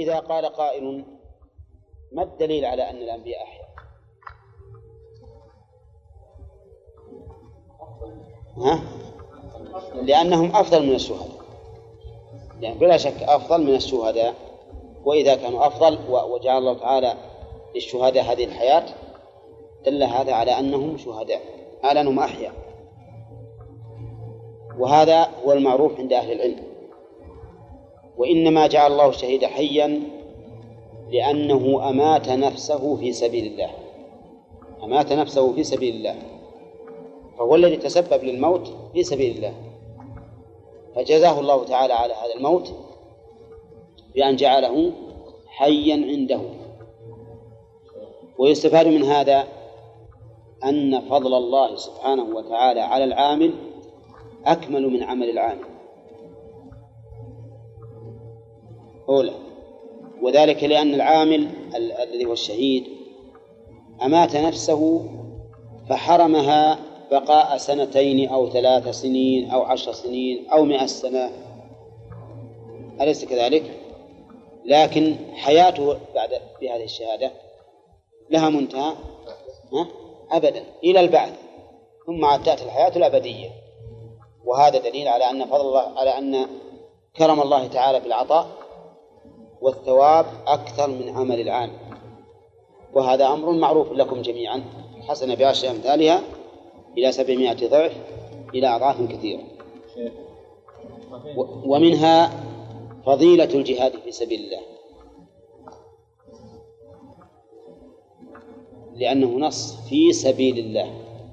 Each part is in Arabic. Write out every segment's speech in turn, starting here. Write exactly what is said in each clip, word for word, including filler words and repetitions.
فإذا قال قائل ما الدليل على أن الأنبياء أحياء؟ ها؟ لأنهم أفضل من الشهداء، يعني بلا شك أفضل من الشهداء، وإذا كانوا أفضل وجعل الله تعالى للشهداء هذه الحياة دل هذا على أنهم شهداء، على أنهم أحياء، وهذا هو المعروف عند أهل العلم. وإنما جعل الله الشهيد حيا لأنه أمات نفسه في سبيل الله، أمات نفسه في سبيل الله، فهو الذي تسبب للموت في سبيل الله، فجزاه الله تعالى على هذا الموت بأن جعله حيا عنده. ويستفاد من هذا أن فضل الله سبحانه وتعالى على العامل أكمل من عمل العامل أولى، وذلك لأن العامل الذي هو الشهيد أمات نفسه فحرمها بقاء سنتين أو ثلاث سنين أو عشر سنين أو مئة سنة، أليس كذلك؟ لكن حياته بعد بهذه الشهادة لها منتهى أبدا إلى البعث، ثم عاد تأتي الحياة الأبدية. وهذا دليل على أن فضل الله، على أن كرم الله تعالى بالعطاء والثواب أكثر من عمل العامل، وهذا أمر معروف لكم جميعا، حسن بعشر أمثالها إلى سبعمائة ضعف إلى أضعاف كثيرة. ومنها فضيلة الجهاد في سبيل الله، لأنه نص في سبيل الله،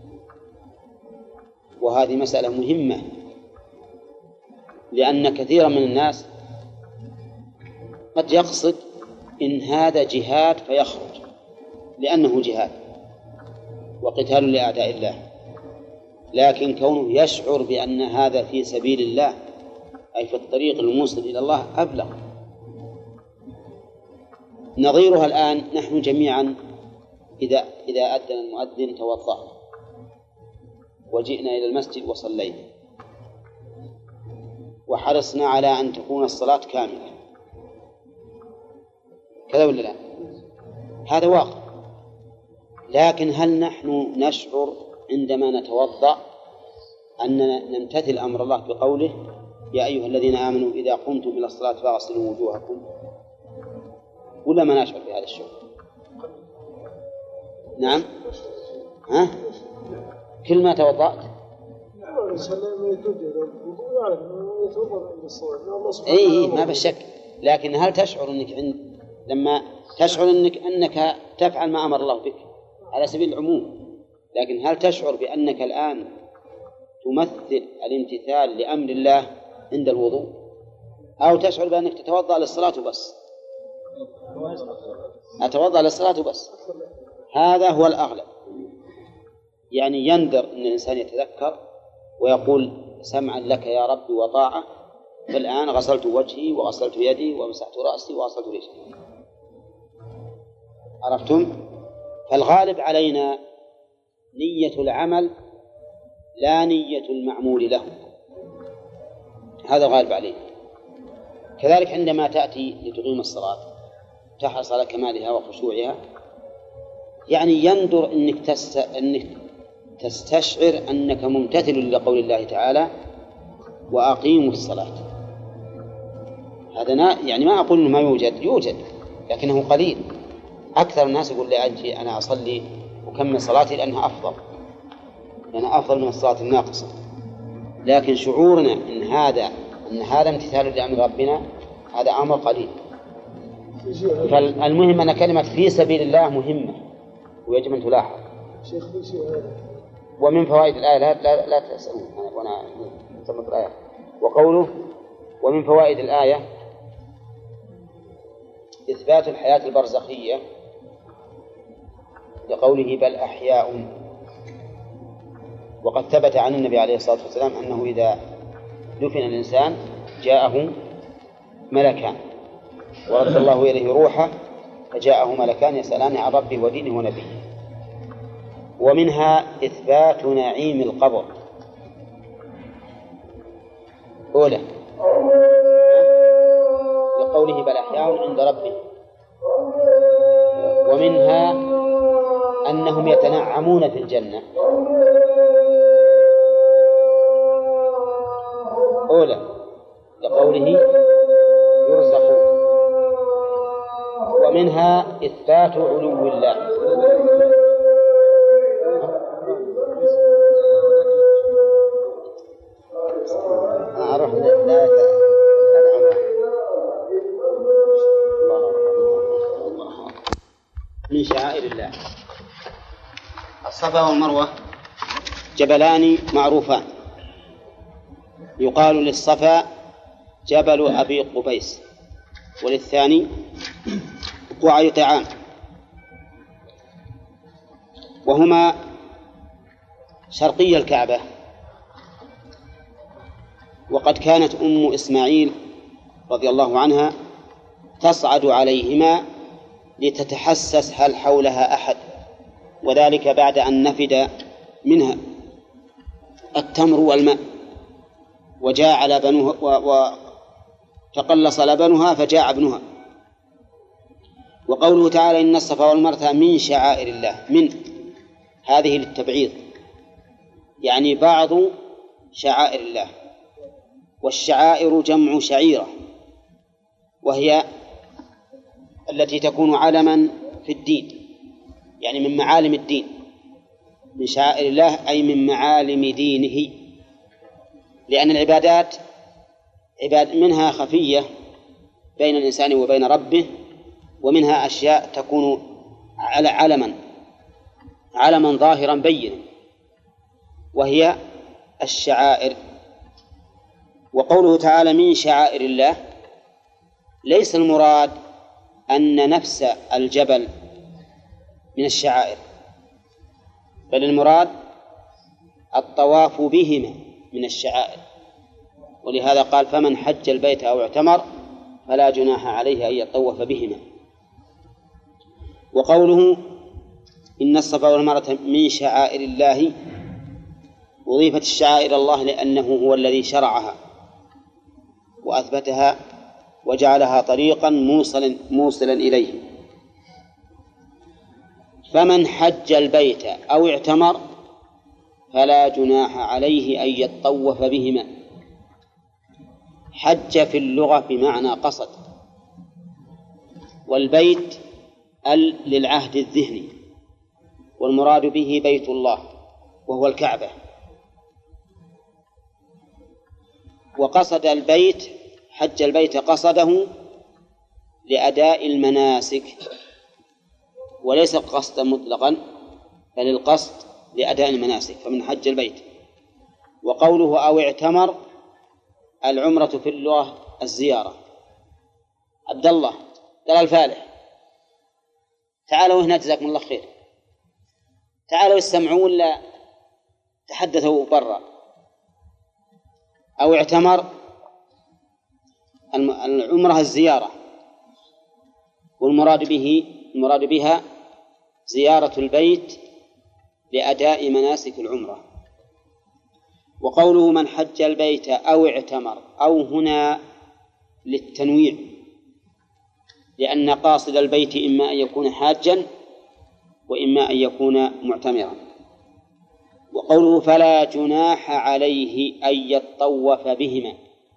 وهذه مسألة مهمة، لأن كثيرا من الناس قد يقصد إن هذا جهاد فيخرج لأنه جهاد وقتال لأعداء الله، لكن كونه يشعر بأن هذا في سبيل الله أي في الطريق الموصل إلى الله أبلغ. نظيرها الآن نحن جميعا إذا إذا أذن المؤذن توضأنا وجئنا إلى المسجد وصلينا وحرصنا على أن تكون الصلاة كاملة، كذا ولا لا؟ هذا واقع. لكن هل نحن نشعر عندما نتوضأ أننا نمتثل أمر الله بقوله يا أيها الذين آمنوا إذا قمتم إلى الصلاة فاغسلوا وجوهكم، ولا ما نشعر بهذا الشعور؟ نعم. ها؟ كل ما توضأت اي ما بالشك، لكن هل تشعر انك عند لما تشعر انك انك تفعل ما امر الله بك على سبيل العموم، لكن هل تشعر بانك الان تمثل الامتثال لامر الله عند الوضوء، او تشعر بانك تتوضا للصلاه بس؟ اتوضا للصلاه بس، هذا هو الاغلب. يعني يندر ان الانسان يتذكر ويقول سمعا لك يا رب وطاعة، فالآن غسلت وجهي وغسلت يدي ومسحت رأسي وغسلت رجلي. عرفتم؟ فالغالب علينا نية العمل لا نية المعمول له، هذا غالب علينا. كذلك عندما تأتي لتقيم الصلاة تحرص على كمالها وخشوعها، يعني يندر أنك, تست... أنك تستشعر أنك ممتثل لقول الله تعالى وأقيموا الصلاة. هذا يعني ما أقول ما يوجد، يوجد لكنه قليل. أكثر الناس يقول لي أجي أنا أصلي وكمل صلاتي لأنها أفضل، لأنها أفضل من الصلاة الناقصة. لكن شعورنا أن هذا أن هذا امتثال لأمر ربنا هذا أمر قليل. فالمهم أن كلمة في سبيل الله مهمة ويجب أن تلاحظ. ومن فوائد الآية لا, لا, لا تسألون وأنا أسمت الآية. وقوله ومن فوائد الآية إثبات الحياة البرزخية لقوله بل أحياء. وقد ثبت عن النبي عليه الصلاة والسلام أنه إذا دفن الإنسان جاءه ملكان ورد الله إليه روحه فجاءه ملكان يسألان عن ربه ودينه ونبيه. ومنها إثبات نعيم القبر. أولى لقوله بل أحياء عند ربهم، ومنها أنهم يتنعمون في الجنة. أولى لقوله يرزقون، ومنها إثبات علو الله. أعرف لا من شعائر الله. الصفا والمروة جبلان معروفان، يقال للصفا جبل أبي قبيس، وللثاني قعي طعام، وهما شرقي الكعبة. وقد كانت أم إسماعيل رضي الله عنها تصعد عليهما لتتحسس هل حولها أحد، وذلك بعد أن نفد منها التمر والماء وجاع لبنها وتقلص لبنها فجاع ابنها. وقوله تعالى إن الصفا والمروة من شعائر الله، من هذه للتبعيض، يعني بعض شعائر الله. والشعائر جمع شعيرة، وهي التي تكون علما في الدين، يعني من معالم الدين. من شعائر الله أي من معالم دينه، لأن العبادات عباد منها خفية بين الإنسان وبين ربه، ومنها أشياء تكون على علما علما ظاهرا بينا، وهي الشعائر. وقوله تعالى من شعائر الله ليس المراد أن نفس الجبل من الشعائر، بل المراد الطواف بهما من الشعائر. ولهذا قال فمن حج البيت أو اعتمر فلا جناح عليه أن يطوف بهما. وقوله إن الصفا والمروة من شعائر الله، أضيفت الشعائر الله لأنه هو الذي شرعها وأثبتها وجعلها طريقا موصلا موصلا إليه. فمن حج البيت أو اعتمر فلا جناح عليه أن يطوف بهما. حج في اللغة بمعنى قصد، والبيت ال للعهد الذهني، والمراد به بيت الله وهو الكعبة. وقصد البيت، حج البيت قصده لأداء المناسك، وليس قصدا مطلقا، بل القصد لأداء المناسك، فمن حج البيت. وقوله أو اعتمر، العمرة في اللغة الزيارة. عبد الله قال الفالح تعالوا هنا جزاكم الله خير، تعالوا استمعوا ولا تحدثوا برا. أو اعتمر العمرة الزيارة، والمراد به المراد بها زيارة البيت لأداء مناسك العمرة. وقوله من حج البيت أو اعتمر، أو هنا للتنويع، لأن قاصد البيت إما أن يكون حاجا وإما أن يكون معتمرا. وقوله فلا جناح عليه أن يطوف بهما،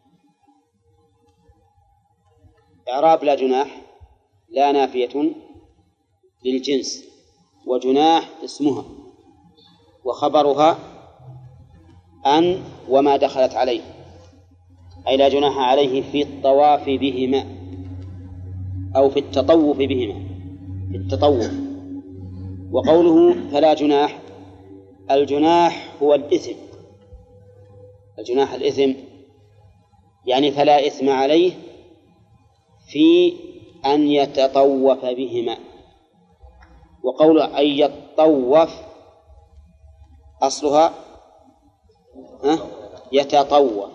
إعراب لا جناح لا نافية للجنس، وجناح اسمها، وخبرها أن وما دخلت عليه، أي لا جناح عليه في الطواف بهما أو في التطوف بهما، في التطوف. وقوله فلا جناح، الجناح هو الإثم، الجناح الإثم، يعني فلا إثم عليه في أن يتطوف بهما. وقوله أن يتطوف أصلها يتطوف،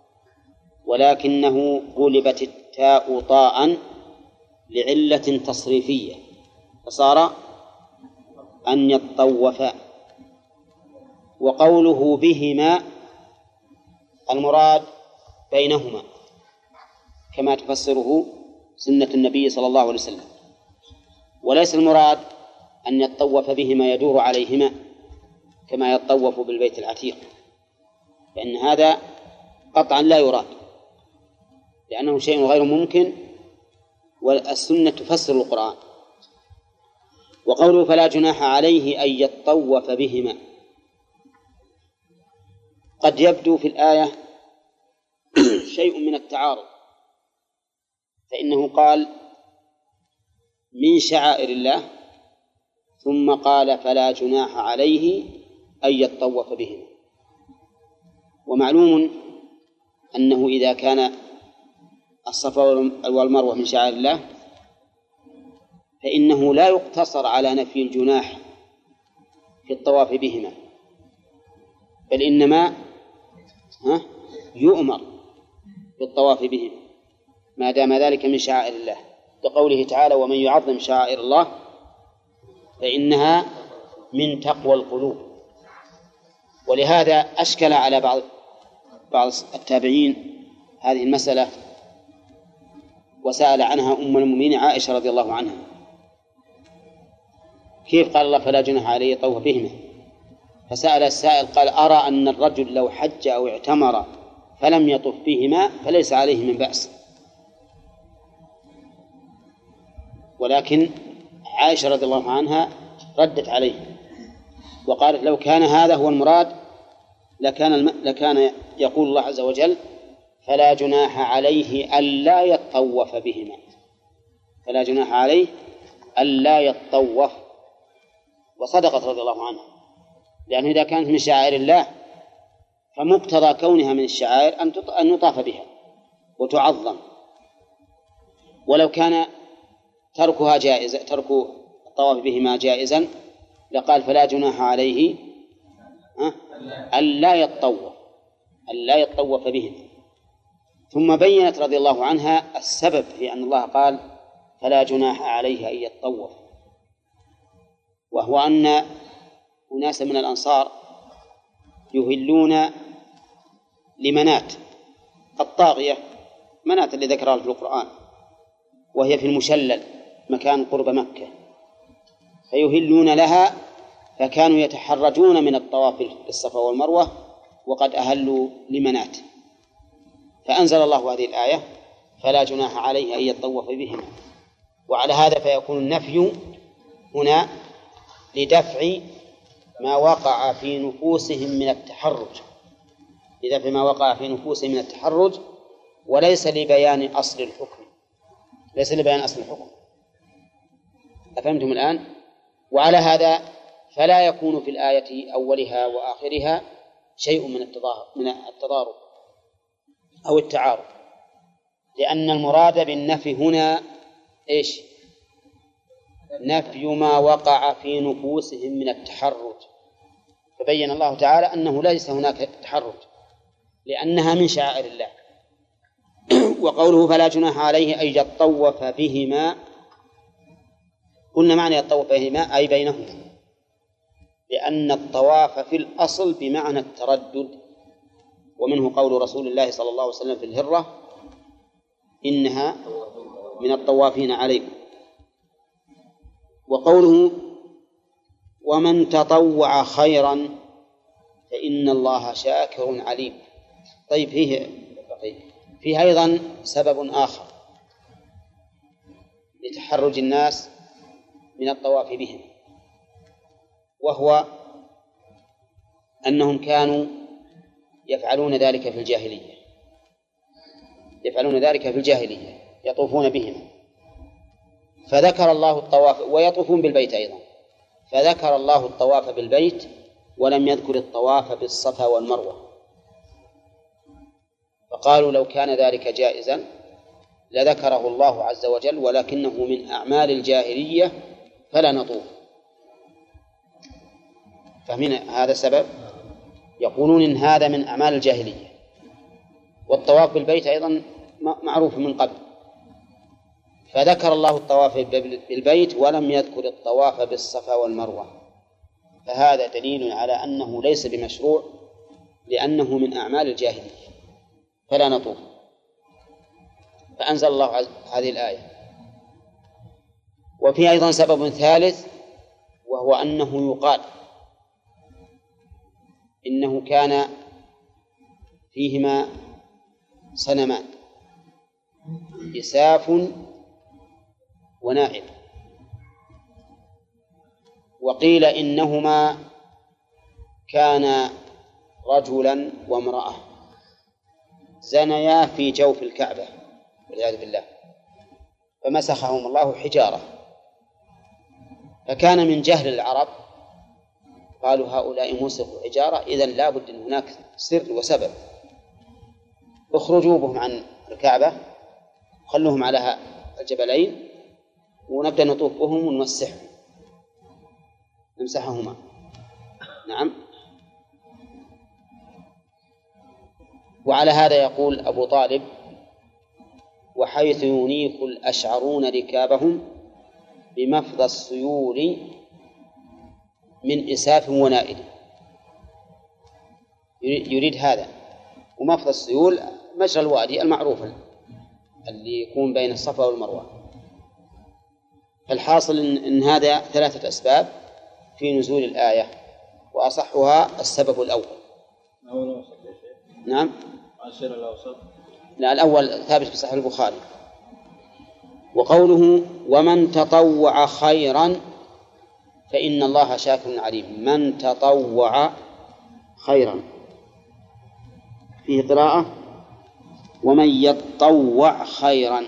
ولكنه قلبت التاء طاء لعلة تصريفية فصار أن يتطوف. وقوله بهما المراد بينهما كما تفسره سنة النبي صلى الله عليه وسلم، وليس المراد أن يطوف بهما يدور عليهما كما يطوف بالبيت العتيق، لأن هذا قطعا لا يراد، لأنه شيء غير ممكن، والسنة تفسر القرآن. وقوله فلا جناح عليه أن يطوف بهما، قد يبدو في الآية شيء من التعارض، فإنه قال من شعائر الله ثم قال فلا جناح عليه أن يطوف بهما. ومعلوم أنه إذا كان الصفا والمروة من شعائر الله فإنه لا يقتصر على نفي الجناح في الطواف بهما، بل إنما يؤمر بالطواف بهما ما دام ذلك من شعائر الله، لقوله تعالى ومن يعظم شعائر الله فإنها من تقوى القلوب. ولهذا أشكل على بعض بعض التابعين هذه المسألة، وسأل عنها أم المؤمنين عائشة رضي الله عنها، كيف قال الله فلا جناح عليه يطوف بهما؟ فسأل السائل قال أرى أن الرجل لو حج أو اعتمر فلم يطف بهما فليس عليه من بأس. ولكن عائشة رضي الله عنها ردت عليه وقالت لو كان هذا هو المراد لكان الم... لكان يقول الله عز وجل فلا جناح عليه ألا يطوف بهما، فلا جناح عليه ألا يطوف. وصدقت رضي الله عنها، لأنه إذا كانت من شعائر الله فمقتضى كونها من الشعائر أن يطاف بها وتعظم. ولو كان تركها جائزة، ترك الطواف بهما جائزا لقال فلا جناح عليه ألا يطوف ألا يطوف بهما. ثم بينت رضي الله عنها السبب في أن الله قال فلا جناح عليه أن يطوف، وهو أن أناس من الأنصار يهلون لمنات الطاغية، منات اللي ذكرها في القرآن، وهي في المشلل مكان قرب مكة، فيهلون لها، فكانوا يتحرجون من الطواف بالصفا والمروة وقد أهلوا لمنات، فأنزل الله هذه الآية فلا جناح عليه أن يطوف بهما. وعلى هذا فيكون النفي هنا لدفع ما وقع في نفوسهم من التحرج، لدفع ما وقع في نفوسهم من التحرج، وليس لبيان أصل الحكم، ليس لبيان أصل الحكم. أفهمتم الآن؟ وعلى هذا فلا يكون في الآية أولها وآخرها شيء من من التضارب أو التعارض، لأن المراد بالنفي هنا إيش؟ نفي ما وقع في نفوسهم من التحرج، فبين الله تعالى أنه ليس هناك تحرج لأنها من شعائر الله. وقوله فلا جناح عليه أن يطوف بهما، قلنا معنى يطوف بهما أي بينهما، لأن الطواف في الأصل بمعنى التردد، ومنه قول رسول الله صلى الله عليه وسلم في الهرة إنها من الطوافين عليكم. وقوله ومن تطوع خيرا فإن الله شاكر عليم. طيب فيه فيه أيضا سبب آخر لتحرج الناس من الطواف بهم، وهو أنهم كانوا يفعلون ذلك في الجاهلية، يفعلون ذلك في الجاهلية يطوفون بهم، فذكر الله الطواف، ويطوفون بالبيت أيضا، فذكر الله الطواف بالبيت ولم يذكر الطواف بالصفا والمروة، فقالوا لو كان ذلك جائزا لذكره الله عز وجل، ولكنه من أعمال الجاهلية فلا نطوف. فمن هذا السبب يقولون إن هذا من أعمال الجاهلية، والطواف بالبيت أيضا معروف من قبل، فذكر الله الطواف بالبيت ولم يذكر الطواف بالصفا والمروة، فهذا دليل على أنه ليس بمشروع لأنه من أعمال الجاهلية فلا نطوف. فأنزل الله هذه الآية وفي أيضا سبب ثالث، وهو أنه يقال إنه كان فيهما صنمان إساف ونائل، وقيل إنهما كان رجلا وامرأة زنيا في جوف الكعبة والعياذ بالله، فمسخهم الله حجارة. فكان من جهل العرب قالوا هؤلاء مسخوا حجارة، إذن لا بد أن هناك سر وسبب، اخرجوا بهم عن الكعبة، خلوهم على الجبلين، ونبدأ نطوف بهم ونمسحهم نمسحهما. نعم. وعلى هذا يقول أبو طالب: وحيث ينيخ الأشعرون ركابهم بمفضى السيول من إساف ونائل. يريد هذا. ومفضى السيول مجرى الوادي المعروف اللي يكون بين الصفا والمروة. الحاصل إن هذا ثلاثة أسباب في نزول الآية، وأصحها السبب الأول. نعم. لا، الأول ثابت في صحيح البخاري. وقوله: ومن تطوع خيرا فإن الله شاكر عليم. من تطوع خيرا، فيه قراءة: ومن يتطوع خيرا،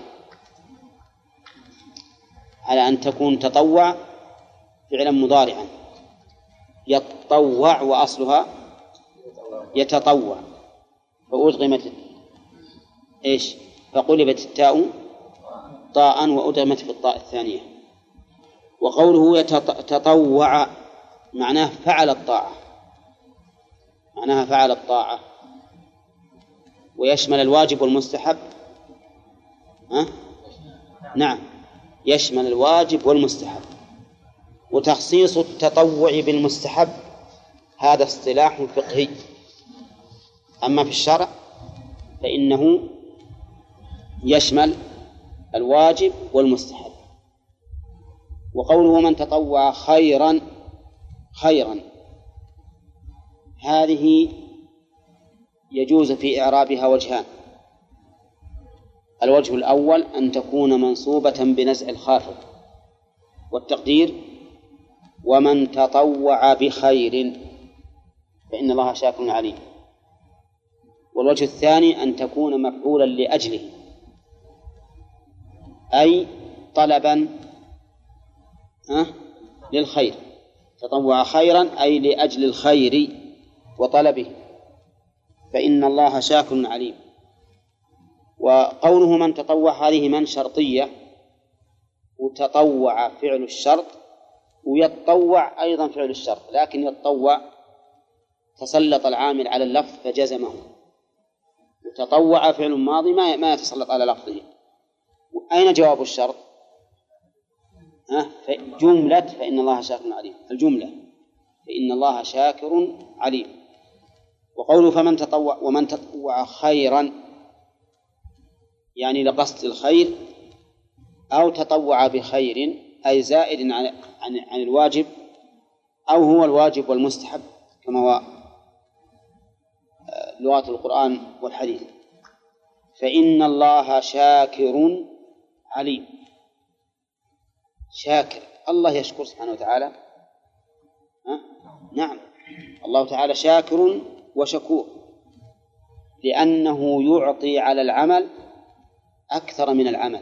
على أن تكون تطوع فعلا مضارعا. يتطوع وأصلها يتطوع، فأدغمت إيش فقلبت التاء طاء وأدغمت في الطاء الثانية. وقوله يتطوع معناه فعل الطاعة، معناها فعل الطاعة، ويشمل الواجب والمستحب. ها؟ نعم، يشمل الواجب والمستحب. وتخصيص التطوع بالمستحب هذا اصطلاح فقهي، أما في الشرع فإنه يشمل الواجب والمستحب. وقوله: من تطوع خيرا، خيرا هذه يجوز في إعرابها وجهان. الوجه الأول أن تكون منصوبة بنزع الخافض، والتقدير: ومن تطوع بخير فإن الله شاكر عليم. والوجه الثاني أن تكون مفعولا لأجله، أي طلبا للخير. تطوع خيرا أي لأجل الخير وطلبه، فإن الله شاكر عليم. وقوله من تطوع هذه من شرطية، وتطوع فعل الشرط، ويتطوع أيضا فعل الشرط، لكن يتطوع تسلط العامل على اللفظ فجزمه، وتطوع فعل ماضي ما ما يتسلط على لفظه. أين جواب الشرط؟ ها؟ جملة فإن الله شاكر عليم، الجملة فإن الله شاكر عليم. وقوله فمن تطوع ومن تطوع خيرا يعني لقصد الخير، أو تطوع بخير أي زائد عن, عن, عن الواجب، أو هو الواجب والمستحب كما هو لغات القرآن والحديث. فإن الله شاكر عليم. شاكر، الله يشكر سبحانه وتعالى. ها؟ نعم، الله تعالى شاكر وشكور، لأنه يعطي على العمل أكثر من العمل،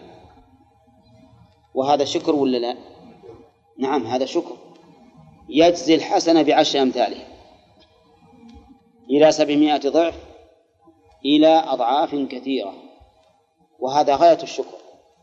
وهذا شكر ولا لا؟ نعم، هذا شكر. يجزي الحسنة بعشر أمثالها إلى سبعمائة ضعف إلى أضعاف كثيرة، وهذا غاية الشكر.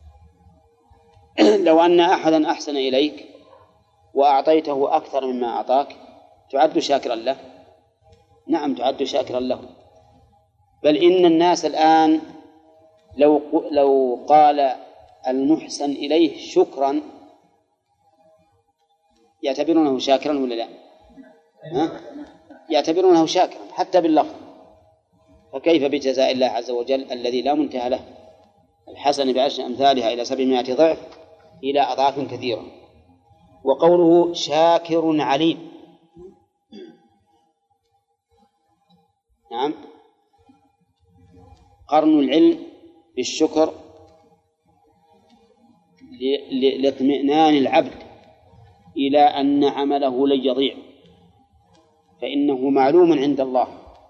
لو أن أحدا أحسن إليك وأعطيته أكثر مما أعطاك تعد شاكرا له؟ نعم، تعد شاكرا له. بل إن الناس الآن لو لو قال المحسن إليه شكرا يعتبرونه شاكرا ولا لا؟ ها؟ يعتبرونه شاكرا حتى باللفظ، فكيف بجزاء الله عز وجل الذي لا منتهى له؟ الحسن بعشر أمثالها إلى سبعمائة ضعف إلى أضعاف كثيرة. وقوله شاكر عليم، نعم، قرن العلم بالشكر لاطمئنان العبد إلى أن عمله لن يضيع، فإنه معلوم عند الله،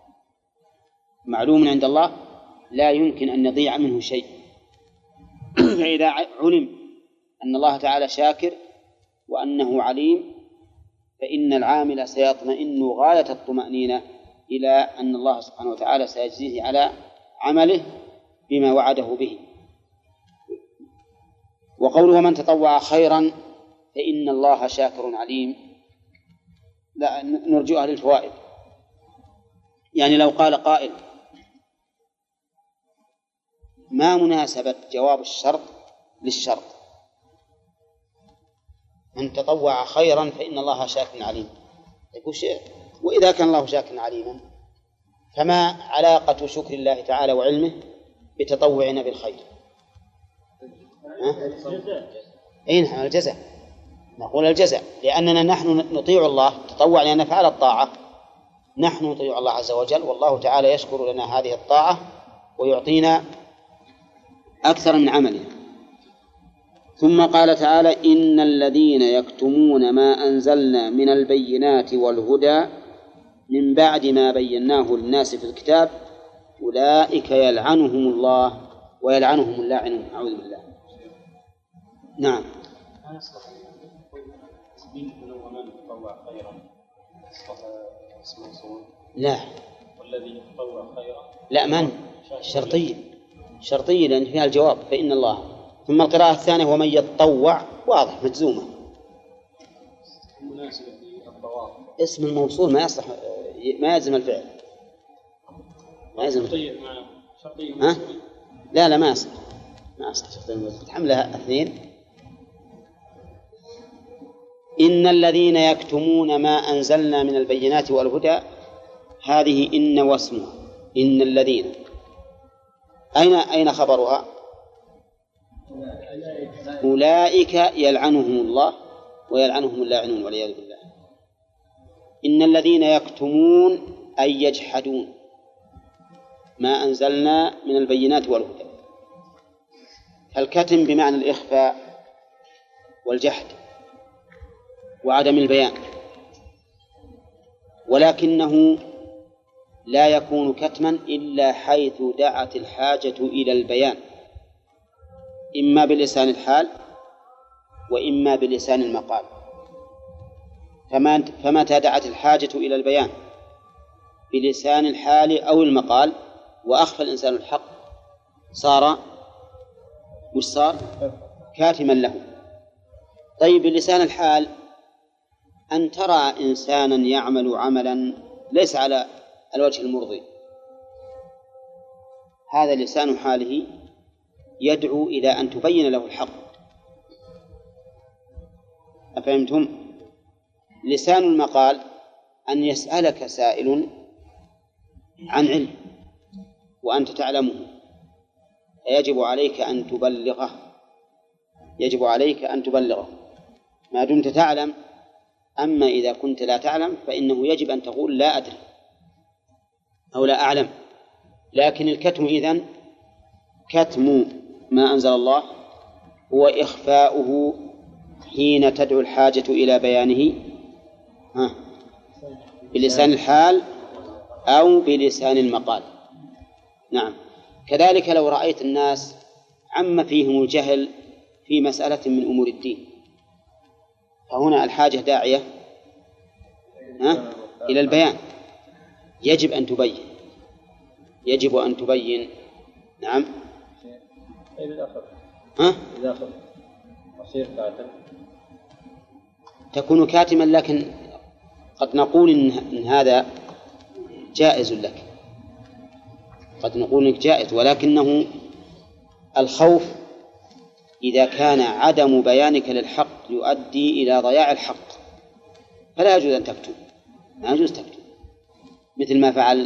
معلوم عند الله لا يمكن أن يضيع منه شيء. فإذا علم أن الله تعالى شاكر وأنه عليم فإن العامل سيطمئن غاية الطمأنينة إلى أن الله سبحانه وتعالى سيجزيه على عمله بما وعده به. وقوله من تطوع خيرا فإن الله شاكر عليم، لا نرجئها للفوائد. يعني لو قال قائل ما مناسبة جواب الشرط للشرط؟ من تطوع خيرا فإن الله شاكر عليم، يقول شيء، وإذا كان الله شاكر عليما فما علاقة شكر الله تعالى وعلمه بتطوعنا بالخير؟ أين هذا الجزاء؟ نقول الجزاء، لأننا نحن نطيع الله، تطوع لأن نفعل الطاعة، نحن نطيع الله عز وجل، والله تعالى يشكر لنا هذه الطاعة ويعطينا أكثر من عملنا. ثم قال تعالى إن الذين يكتمون ما أنزلنا من البينات والهدى من بعد ما بيناه للناس في الكتاب أولئك يلعنهم الله ويلعنهم اللاعنون. أعوذ بالله. نعم. لا. والذي يتطوع خيرا لا من شرطية شرطية لأن فيها الجواب فإن الله. ثم القراءة الثانية ومن يتطوع واضح مجزومة. اسم الموصول ما يصلح، ما يلزم الفعل، ما يلزم ها؟ لا لا ما يصلح، ما يصلح تحملها اثنين. إن الذين يكتمون ما أنزلنا من البينات والهدى، هذه إن واسمها إن الذين، أين أين خبرها؟ أولئك يلعنهم الله ويلعنهم اللاعنون والعياذ بالله. إن الذين يكتمون أي يجحدون ما أنزلنا من البينات والهدى. الكتم بمعنى الإخفاء والجحد وعدم البيان، ولكنه لا يكون كتما إلا حيث دعت الحاجة إلى البيان، إما بلسان الحال وإما بلسان المقال. فمتى دعت الحاجة إلى البيان بلسان الحال أو المقال وأخفى الإنسان الحق صار مش صار كاتما له. طيب بلسان الحال أن ترى إنسانا يعمل عملا ليس على الوجه المرضي، هذا لسان حاله يدعو إلى أن تبين له الحق. أفهمتم؟ لسان المقال أن يسألك سائل عن علم وأنت تعلمه فيجب عليك أن تبلغه، يجب عليك أن تبلغه ما دمت تعلم. أما إذا كنت لا تعلم فإنه يجب أن تقول لا أدري أو لا أعلم. لكن الكتم إذن كتم ما أنزل الله هو إخفاؤه حين تدعو الحاجة إلى بيانه ها بلسان الحال أو بلسان المقال. نعم. كذلك لو رأيت الناس عم فيهم الجهل في مسألة من أمور الدين، فهنا الحاجة داعية ها إلى البيان، يجب أن تبين، يجب أن تبين. نعم. ها؟ تكون كاتما، لكن قد نقول إن هذا جائز لك، قد نقول إنك جائز، ولكنه الخوف إذا كان عدم بيانك للحق يؤدي إلى ضياع الحق فلا يجوز أن تكتب، لا يجوز تكتب، مثل ما فعل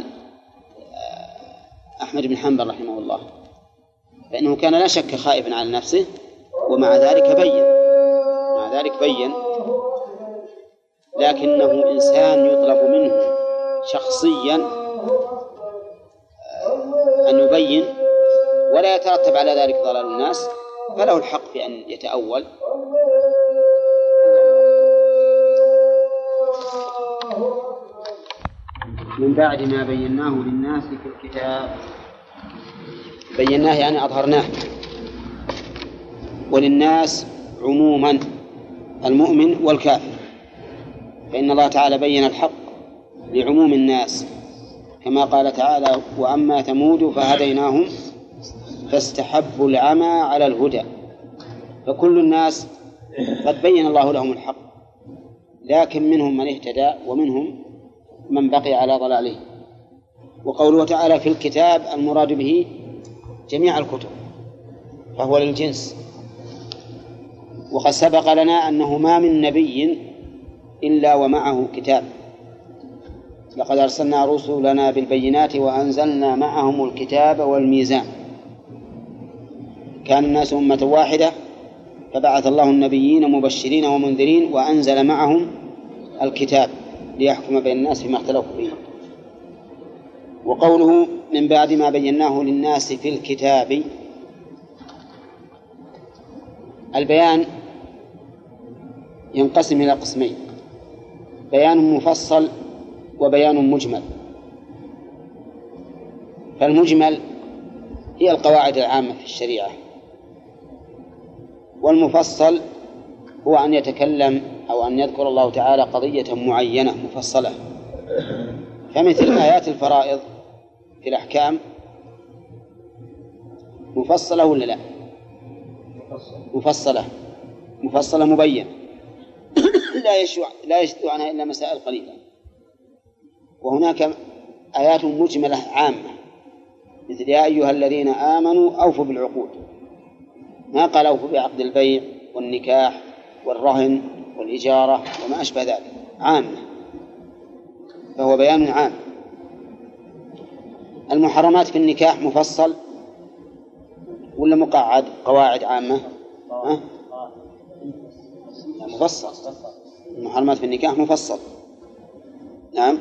أحمد بن حنبل رحمه الله، فإنه كان لا شك خائفا على نفسه ومع ذلك بين. تبين، لكنه إنسان يطلب منه شخصيا أن يبين ولا يترتب على ذلك ضلال الناس، فله الحق في أن يتأول. من بعد ما بيناه للناس في الكتاب. بيناه يعني أظهرناه، وللناس عموما المؤمن والكافر، فإن الله تعالى بين الحق لعموم الناس، كما قال تعالى: وأما ثمود فهديناهم فاستحبوا العمى على الهدى. فكل الناس قد بين الله لهم الحق، لكن منهم من اهتدى ومنهم من بقي على ضلاله. وقوله تعالى في الكتاب المراد به جميع الكتب، فهو للجنس. وقد سبق لنا أنه ما من نبي إلا ومعه كتاب. لقد أرسلنا رسلنا بالبينات وأنزلنا معهم الكتاب والميزان. كان الناس أمة واحدة فبعث الله النبيين مبشرين ومنذرين وأنزل معهم الكتاب ليحكم بين الناس فيما اختلفوا فيه. وقوله من بعد ما بيناه للناس في الكتاب، البيان ينقسم إلى قسمين: بيان مفصل وبيان مجمل. فالمجمل هي القواعد العامة في الشريعة، والمفصل هو أن يتكلم أو أن يذكر الله تعالى قضية معينة مفصلة، فمثل آيات الفرائض في الأحكام مفصلة ولا لا؟ مفصلة مفصلة مبين لا يشوع لا يشتو عنها إلا مسائل قليلة. وهناك آيات مجملة عامة مثل يا أيها الذين آمنوا أوفوا بالعقود، ما قال أوفوا بعقد البيع والنكاح والرهن والإجارة وما أشبه ذلك، عامة، فهو بيان عام. المحرمات في النكاح مفصل ولا مقعد قواعد عامة؟ أه؟ مفصل. المحرمات في النكاح مفصل، نعم.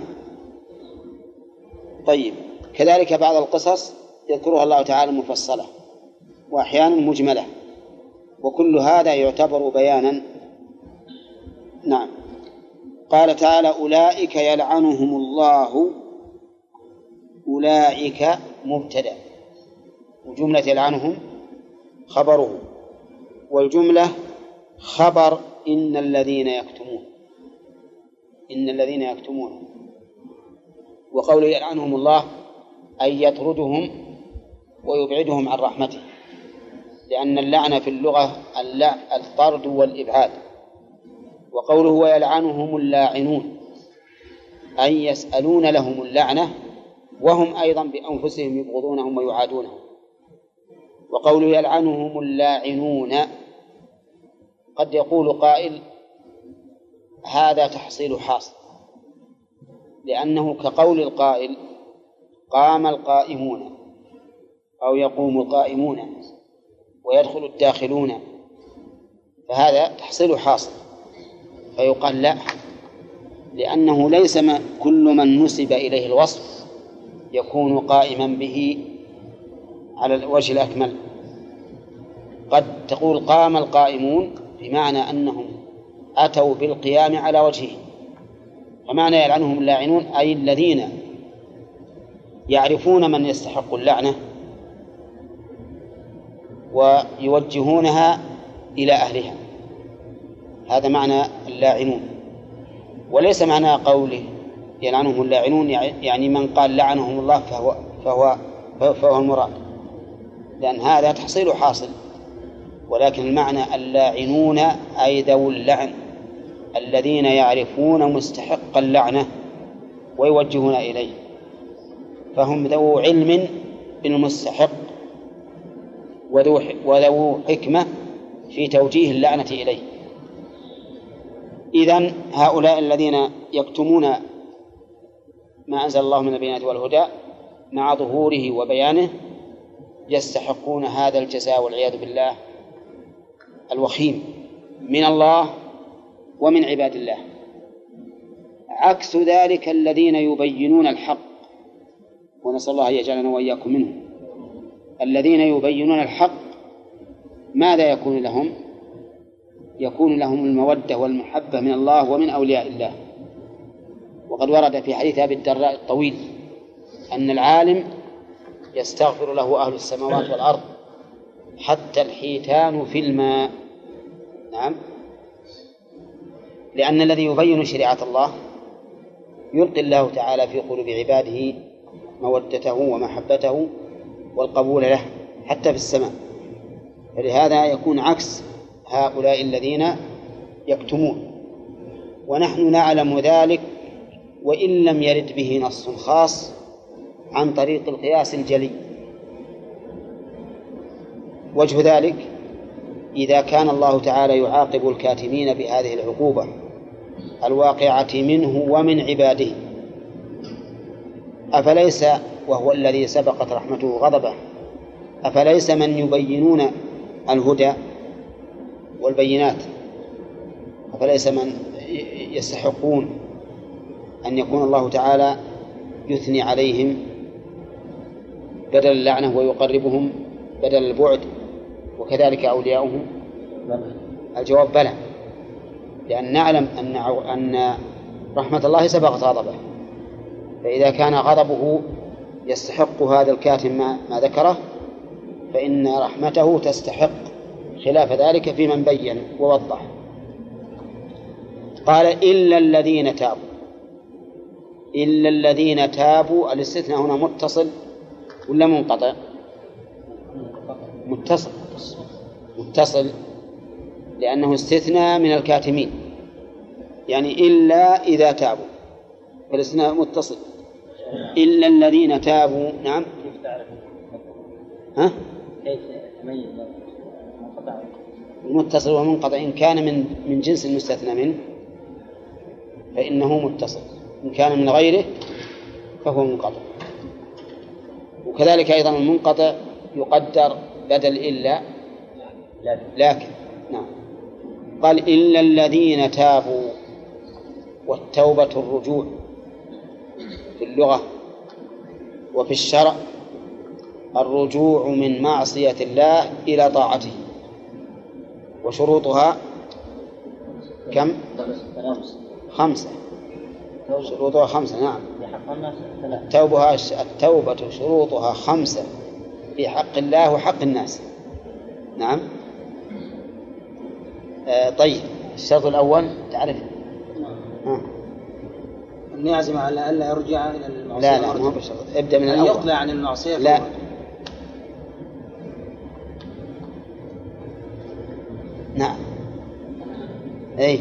طيب، كذلك بعض القصص يذكرها الله تعالى مفصلة وأحيانا مجملة، وكل هذا يعتبر بيانا، نعم. قال تعالى: أولئك يلعنهم الله. أولئك مبتدأ، وجملة يلعنهم خبره، والجملة خبر إن الذين يكتمون إن الذين يكتمون. وقوله يلعنهم الله أي يطردهم ويبعدهم عن رحمته، لأن اللعنة في اللغة الطرد والإبعاد. وقوله ويلعنهم اللاعنون أي يسألون لهم اللعنة وهم أيضا بأنفسهم يبغضونهم ويعادونهم. وقوله يلعنهم اللاعنون قد يقول قائل هذا تحصيل حاصل، لأنه كقول القائل قام القائمون أو يقوم القائمون ويدخل الداخلون، فهذا تحصيل حاصل. فيقال لا، لأنه ليس كل من نسب إليه الوصف يكون قائما به على الوجه الأكمل. قد تقول قام القائمون بمعنى أنهم أتوا بالقيام على وجهه، فمعنى يلعنهم اللاعنون أي الذين يعرفون من يستحق اللعنة ويوجهونها إلى أهلها، هذا معنى اللاعنون. وليس معنى قوله يلعنهم اللاعنون يعني من قال لعنهم الله فهو, فهو, فهو المراد، لأن هذا تحصيل حاصل. ولكن المعنى اللاعنون أي ذو اللعن الذين يعرفون مستحق اللعنة ويوجهون إليه، فهم ذو علم بالمستحق وذو حكمة في توجيه اللعنة إليه. إذن هؤلاء الذين يكتمون ما أنزل الله من البينات والهدى مع ظهوره وبيانه يستحقون هذا الجزاء والعياذ بالله الوخيم من الله ومن عباد الله. عكس ذلك الذين يبينون الحق، ونسأل الله أن يجعلنا وإياكم منهم. الذين يبينون الحق ماذا يكون لهم؟ يكون لهم المودة والمحبة من الله ومن أولياء الله. وقد ورد في حديث أبي الدرداء الطويل أن العالم يستغفر له أهل السماوات والأرض حتى الحيتان في الماء. نعم، لأن الذي يبين شريعة الله يلقي الله تعالى في قلوب عباده مودته ومحبته والقبول له حتى في السماء. فلهذا يكون عكس هؤلاء الذين يكتمون، ونحن نعلم ذلك وإن لم يرد به نص خاص عن طريق القياس الجلي. وجه ذلك إذا كان الله تعالى يعاقب الكاتمين بهذه العقوبة الواقعة منه ومن عباده، أفليس وهو الذي سبقت رحمته غضبه أفليس من يبينون الهدى والبينات أفليس من يستحقون أن يكون الله تعالى يثني عليهم بدل اللعنة ويقربهم بدل البعد، وكذلك أولياؤهم؟ الجواب بلى، لأن نعلم أن أن رحمة الله سبقت غضبه، فإذا كان غضبه يستحق هذا الكاتم ما, ما ذكره، فإن رحمته تستحق خلاف ذلك في من بين ووضح. قال إلا الذين تابوا. إلا الذين تابوا، الاستثناء هنا متصل ولا منقطع؟ متصل متصل لأنه استثناء من الكاتمين، يعني إلا إذا تابوا، فالاستثناء متصل. إلا الذين تابوا. نعم. ها؟ كيف تميز منقطع؟ المتصل والمنقطع إن كان من من جنس المستثنى منه فإنه متصل، إن كان من غيره فهو منقطع. وكذلك أيضا المنقطع يقدر بدل إلا لكن. نعم. قال إلا الذين تابوا، والتوبة الرجوع في اللغة وفي الشرع الرجوع من معصية الله إلى طاعته. وشروطها كم؟ خمسة. شروطها خمسة. نعم. التوبة التوبة شروطها خمسة في حق الله وحق الناس. نعم. آه طيب، الشرط الأول تعرف؟ آه. أن يعزم على ألا يرجع إلى المعصية. لا لا مو بشرط، ابدأ من الأول. يقلع عن المعصية. لا. نعم. أي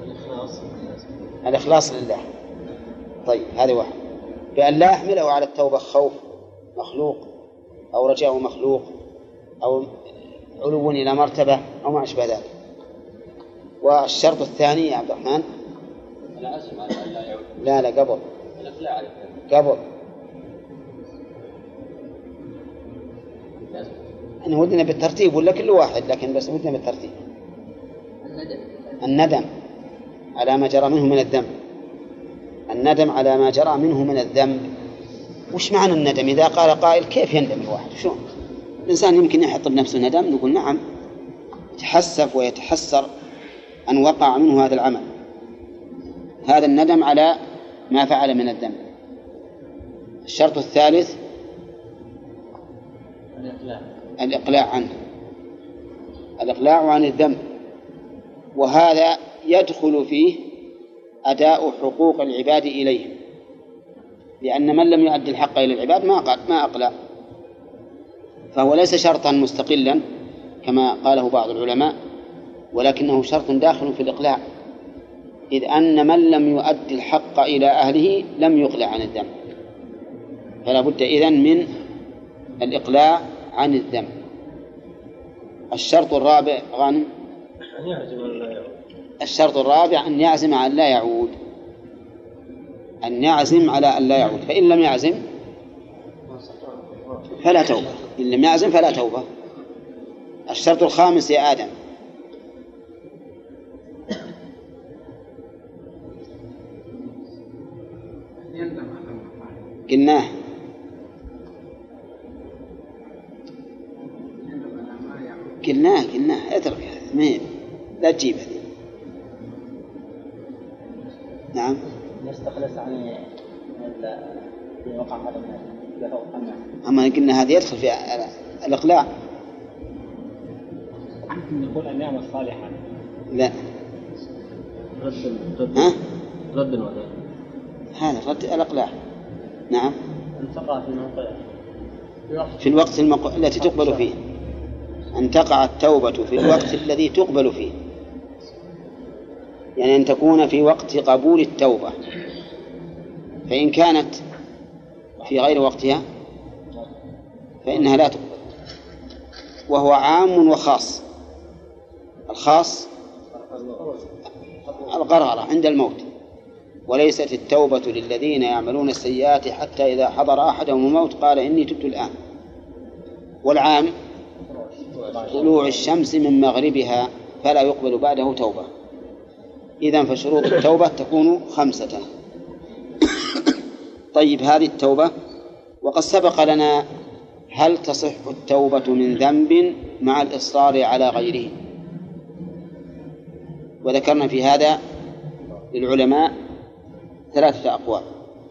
الإخلاص لله. طيب هذه واحد، بأن لا يحمله على التوبة خوف مخلوق أو رجاء مخلوق أو علو إلى مرتبة أو ما أشبه ذلك. والشرط الثاني يا عبد الرحمن؟ لا لا قبل قبل أنا ودنا بالترتيب ولا كل واحد، لكن بس ودنا بالترتيب. الندم على ما جرى منه من الذنب. الندم على ما جرى منه من الذنب. وش معنى الندم؟ إذا قال قائل كيف يندم الواحد؟ شلون الإنسان يمكن يحط بنفسه ندم؟ نقول نعم، يتحسف ويتحسر أن وقع منه هذا العمل. هذا الندم على ما فعل من الذنب. الشرط الثالث الإقلاع. الإقلاع عنه، الإقلاع عن الذنب، وهذا يدخل فيه أداء حقوق العباد إليهم، لأن من لم يؤدي الحق إلى العباد ما قال ما أقلع، فهو ليس شرطا مستقلا كما قاله بعض العلماء، ولكنه شرط داخل في الإقلاع، إذ أن من لم يؤدي الحق إلى أهله لم يقلع عن الذنب، فلا بد إذن من الإقلاع عن الذنب. الشرط الرابع غانم الشرط الرابع أن يعزم على لا يعود، أن يعزم على أن لا يعود، فإن لم يعزم فلا توبة، إن لم يعزم فلا توبة. الشرط الخامس يا آدم. قلناه قلناه قلناه اترك هذا لا تجيب هذه. نعم نستخلص عن الوقع هذا أما قلنا هذا يدخل في الإقلاع. نقول النعمة الصالحة لا رد رد ها رد ولا هذا رد الإقلاع. نعم أن تقع في موقع في الوقت المق... التي تقبل فيه، أن تقع التوبة في الوقت الذي تقبل فيه، يعني أن تكون في وقت قبول التوبة، فإن كانت في غير وقتها فإنها لا تقبل. وهو عام وخاص. الخاص الغرغرة عند الموت، وليست التوبة للذين يعملون السيئات حتى إذا حضر أحدهم الموت قال إني تبت الآن. والعام طلوع الشمس من مغربها فلا يقبل بعده توبة. إذن فشروط التوبة تكون خمسة. طيب هذه التوبة، وقد سبق لنا هل تصح التوبة من ذنب مع الإصرار على غيره، وذكرنا في هذا للعلماء ثلاثة أقوال.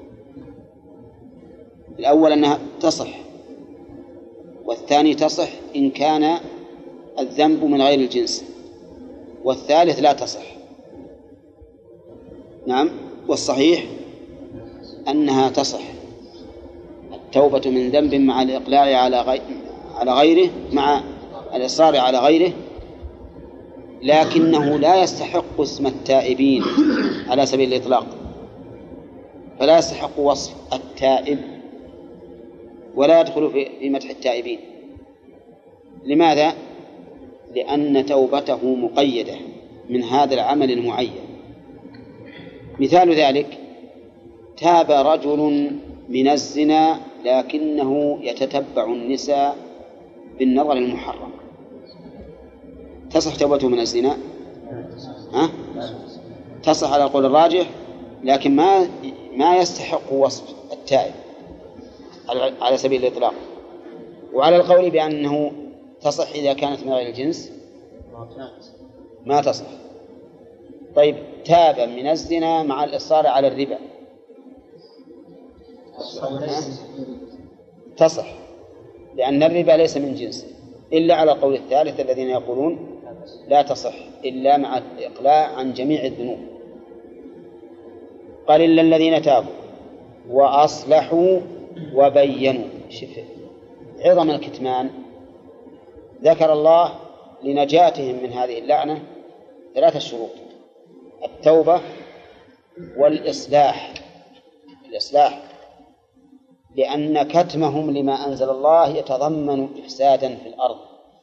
الأول أنها تصح، والثاني تصح إن كان الذنب من غير الجنس، والثالث لا تصح. نعم، والصحيح أنها تصح التوبة من ذنب مع الإقلاع على غير على غيره مع الإصرار على غيره، لكنه لا يستحق اسم التائبين على سبيل الإطلاق، فلا يستحق وصف التائب ولا يدخل في مدح التائبين. لماذا؟ لأن توبته مقيدة من هذا العمل المعين. مثال ذلك: تاب رجل من الزنا لكنه يتتبع النساء بالنظر المحرم، تصح توبته من الزنا؟ ها؟ تصح على القول الراجح، لكن ما ما يستحق وصف التائب على سبيل الإطلاق. وعلى القول بأنه تصح إذا كانت من غير الجنس ما تصح. طيب، تاب من الزنا مع الإصرار على الربا تصح، لأن الربا ليس من جنس، إلا على القول الثالث الذين يقولون لا تصح إلا مع الإقلاع عن جميع الذنوب. قال: إلا الذين تابوا وأصلحوا وبينوا. شوف عظم الكتمان. ذكر الله لنجاتهم من هذه اللعنة ثلاثة شروط: التوبة والإصلاح. الإصلاح لأن كتمهم لما أنزل الله يتضمن إفسادا في الأرض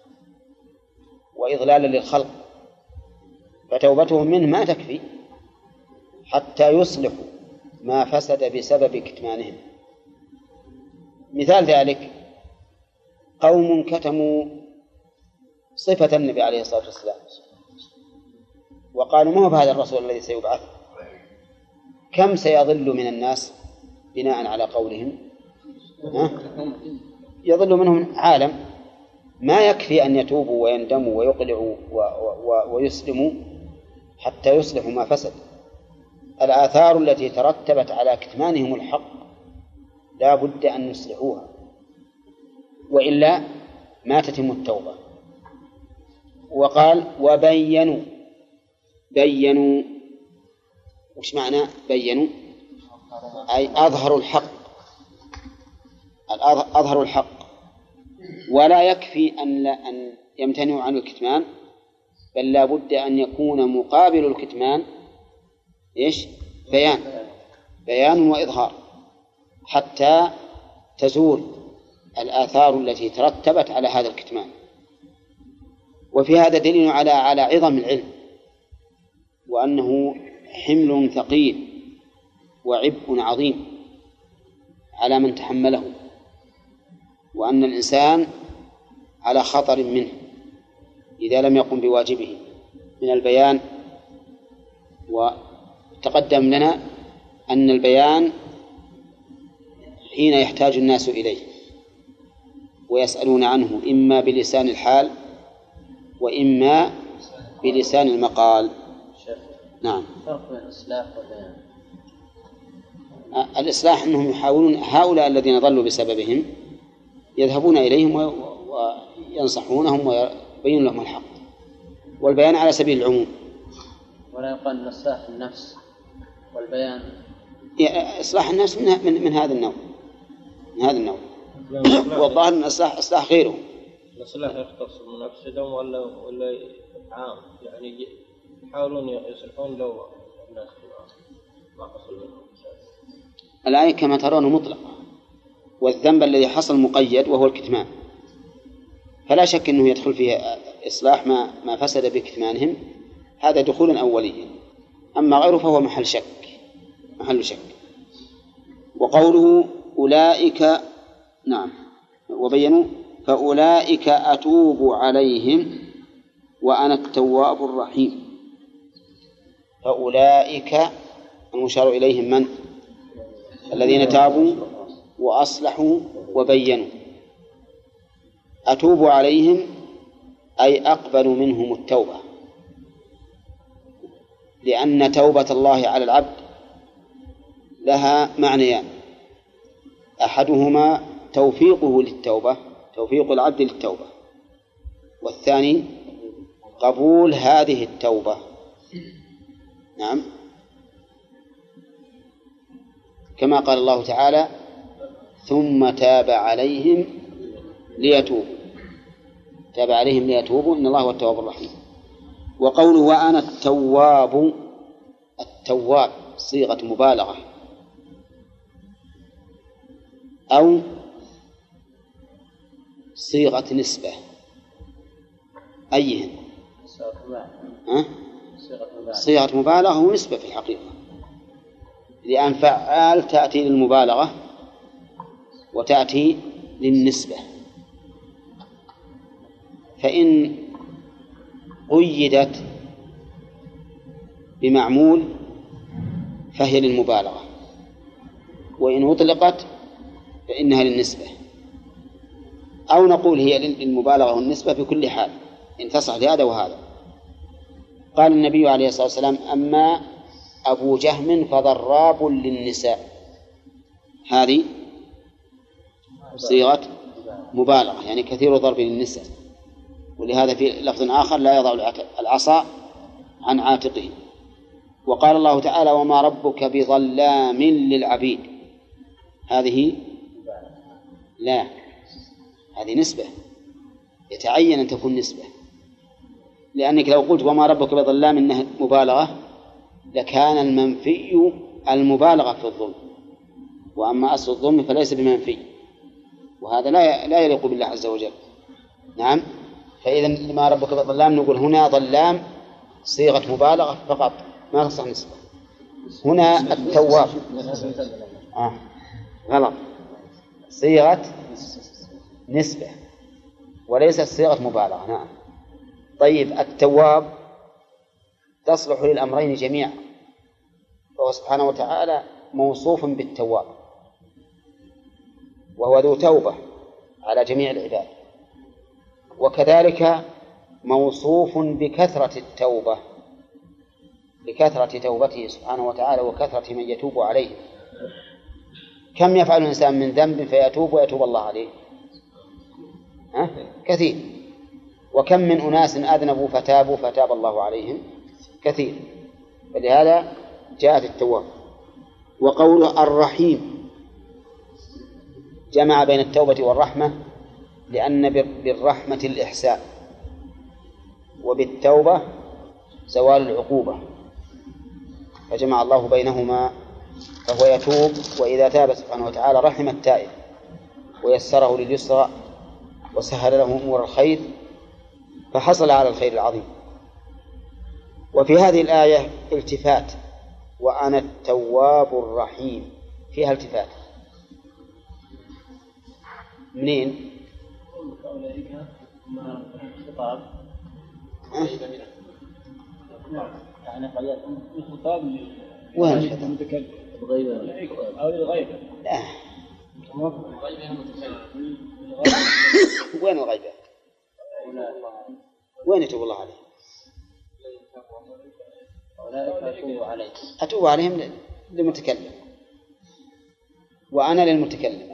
وإضلالا للخلق، فتوبتهم منه ما تكفي حتى يصلحوا ما فسد بسبب كتمانهم. مثال ذلك: قوم كتموا صفة النبي عليه الصلاة والسلام وقالوا: ما هو هذا الرسول الذي سيبعث؟ كم سيضل من الناس بناء على قولهم؟ ها؟ يضل منهم عالم. ما يكفي أن يتوبوا ويندموا ويقلعوا و... و... ويسلموا حتى يصلحوا ما فسد. الآثار التي ترتبت على كتمانهم الحق لا بد أن يصلحوها، وإلا ما تتم التوبة. وقال: وبينوا. بينوا وش معنى بينوا؟ أي أظهروا الحق، أظهروا الحق. ولا يكفي أن, لا أن يمتنعوا عن الكتمان، بل لا بد أن يكون مقابل الكتمان إيش؟ بيان بيان وإظهار، حتى تزول الآثار التي ترتبت على هذا الكتمان. وفي هذا دليل على على عظم العلم، وأنه حمل ثقيل وعبء عظيم على من تحمله، وأن الإنسان على خطر منه إذا لم يقم بواجبه من البيان. وتقدم لنا أن البيان حين يحتاج الناس إليه ويسألون عنه إما بلسان الحال وإما بلسان المقال. نعم. فرق بين الإصلاح والبيان. الإصلاح أنهم يحاولون هؤلاء الذين ضلوا بسببهم يذهبون إليهم وينصحونهم ويبين لهم الحق، والبيان على سبيل العموم. ولا يقال الإصلاح النفس والبيان إصلاح النفس من, من, من هذا النوع من هذا النوع والظاهر أن الإصلاح إصلاح غيره. الإصلاح يختص بنفسهم ولا ولا عام، يعني يحاولون يصلحون لو الناس ما حصل منهم. الآية كما ترون مطلقة، والذنب الذي حصل مقيد وهو الكتمان، فلا شك أنه يدخل فيه إصلاح ما ما فسد بكتمانهم، هذا دخول أولي. أما غيره فهو محل شك محل شك. وقوله أولئك، نعم، وبينوا فأولئك أتوب عليهم وأنا التواب الرحيم. فأولئك المشار إليهم من؟ الذين تابوا وأصلحوا وبينوا. أتوب عليهم أي أقبل منهم التوبة، لأن توبة الله على العبد لها معنيان: أحدهما توفيقه للتوبة، توفيق العبد للتوبة، والثاني قبول هذه التوبة. نعم، كما قال الله تعالى: ثم تاب عليهم ليتوبوا. تاب عليهم ليتوبوا إن الله هو التواب الرحيم. وقوله وأنا التواب، التواب صيغة مبالغة أو صيغة نسبة، أيهن؟ أه؟ صيغة مبالغة ونسبة في الحقيقة، لأن فعال تأتي للمبالغة وتأتي للنسبة. فإن قيدت بمعمول فهي للمبالغة، وإن أطلقت فإنها للنسبة، أو نقول هي للمبالغة والنسبة في كل حال إن تصح لهذا وهذا. قال النبي عليه الصلاة والسلام: أما أبو جهم فضراب للنساء. هذه صيغة مبالغة، يعني كثير ضرب للنساء، ولهذا في لفظ آخر: لا يضع العصا عن عاتقه. وقال الله تعالى: وما ربك بظلام للعبيد. هذه لا، هذه نسبة، يتعين أن تكون نسبة، لأنك لو قلت وما ربك بظلام إنها مبالغة لكان المنفي المبالغة في الظلم، وأما أصل الظلم فليس بمنفي، وهذا لا لا يليق بالله عز وجل. نعم، فإذا لما ربك بظلام نقول هنا ظلام صيغة مبالغة فقط، ما تصح نسبة. هنا التواب آه. غلط، صيغة نسبة وليست صيغة مبالغة. نعم. طيب، التواب تصلح للأمرين جميعا، فهو سبحانه وتعالى موصوف بالتواب، وهو ذو توبة على جميع العباد، وكذلك موصوف بكثرة التوبة، بكثرة توبته سبحانه وتعالى وكثرة من يتوب عليه. كم يفعل الإنسان من ذنب فيتوب ويتوب الله عليه؟ ها؟ كثير. وكم من أناس أذنبوا فتابوا فتاب الله عليهم؟ كثير. فلهذا جاءت التواب. وقوله الرحيم جمع بين التوبة والرحمة، لأن بالرحمة الإحسان وبالتوبة زوال العقوبة، فجمع الله بينهما، فهو يتوب، وإذا تاب سبحانه وتعالى رحم التائب ويسره لليسرى وسهل له أمور الخير فحصل على الخير العظيم. وفي هذه الآية التفات: وأنا التواب الرحيم، فيها التفات. منين؟ يعني خطاب وين المتكلم أو للغير؟ لا، وين الغيبة؟ وين يتوب الله عليه؟ أتوب عليهم أتوب عليهم للمتكلم، وأنا للمتكلم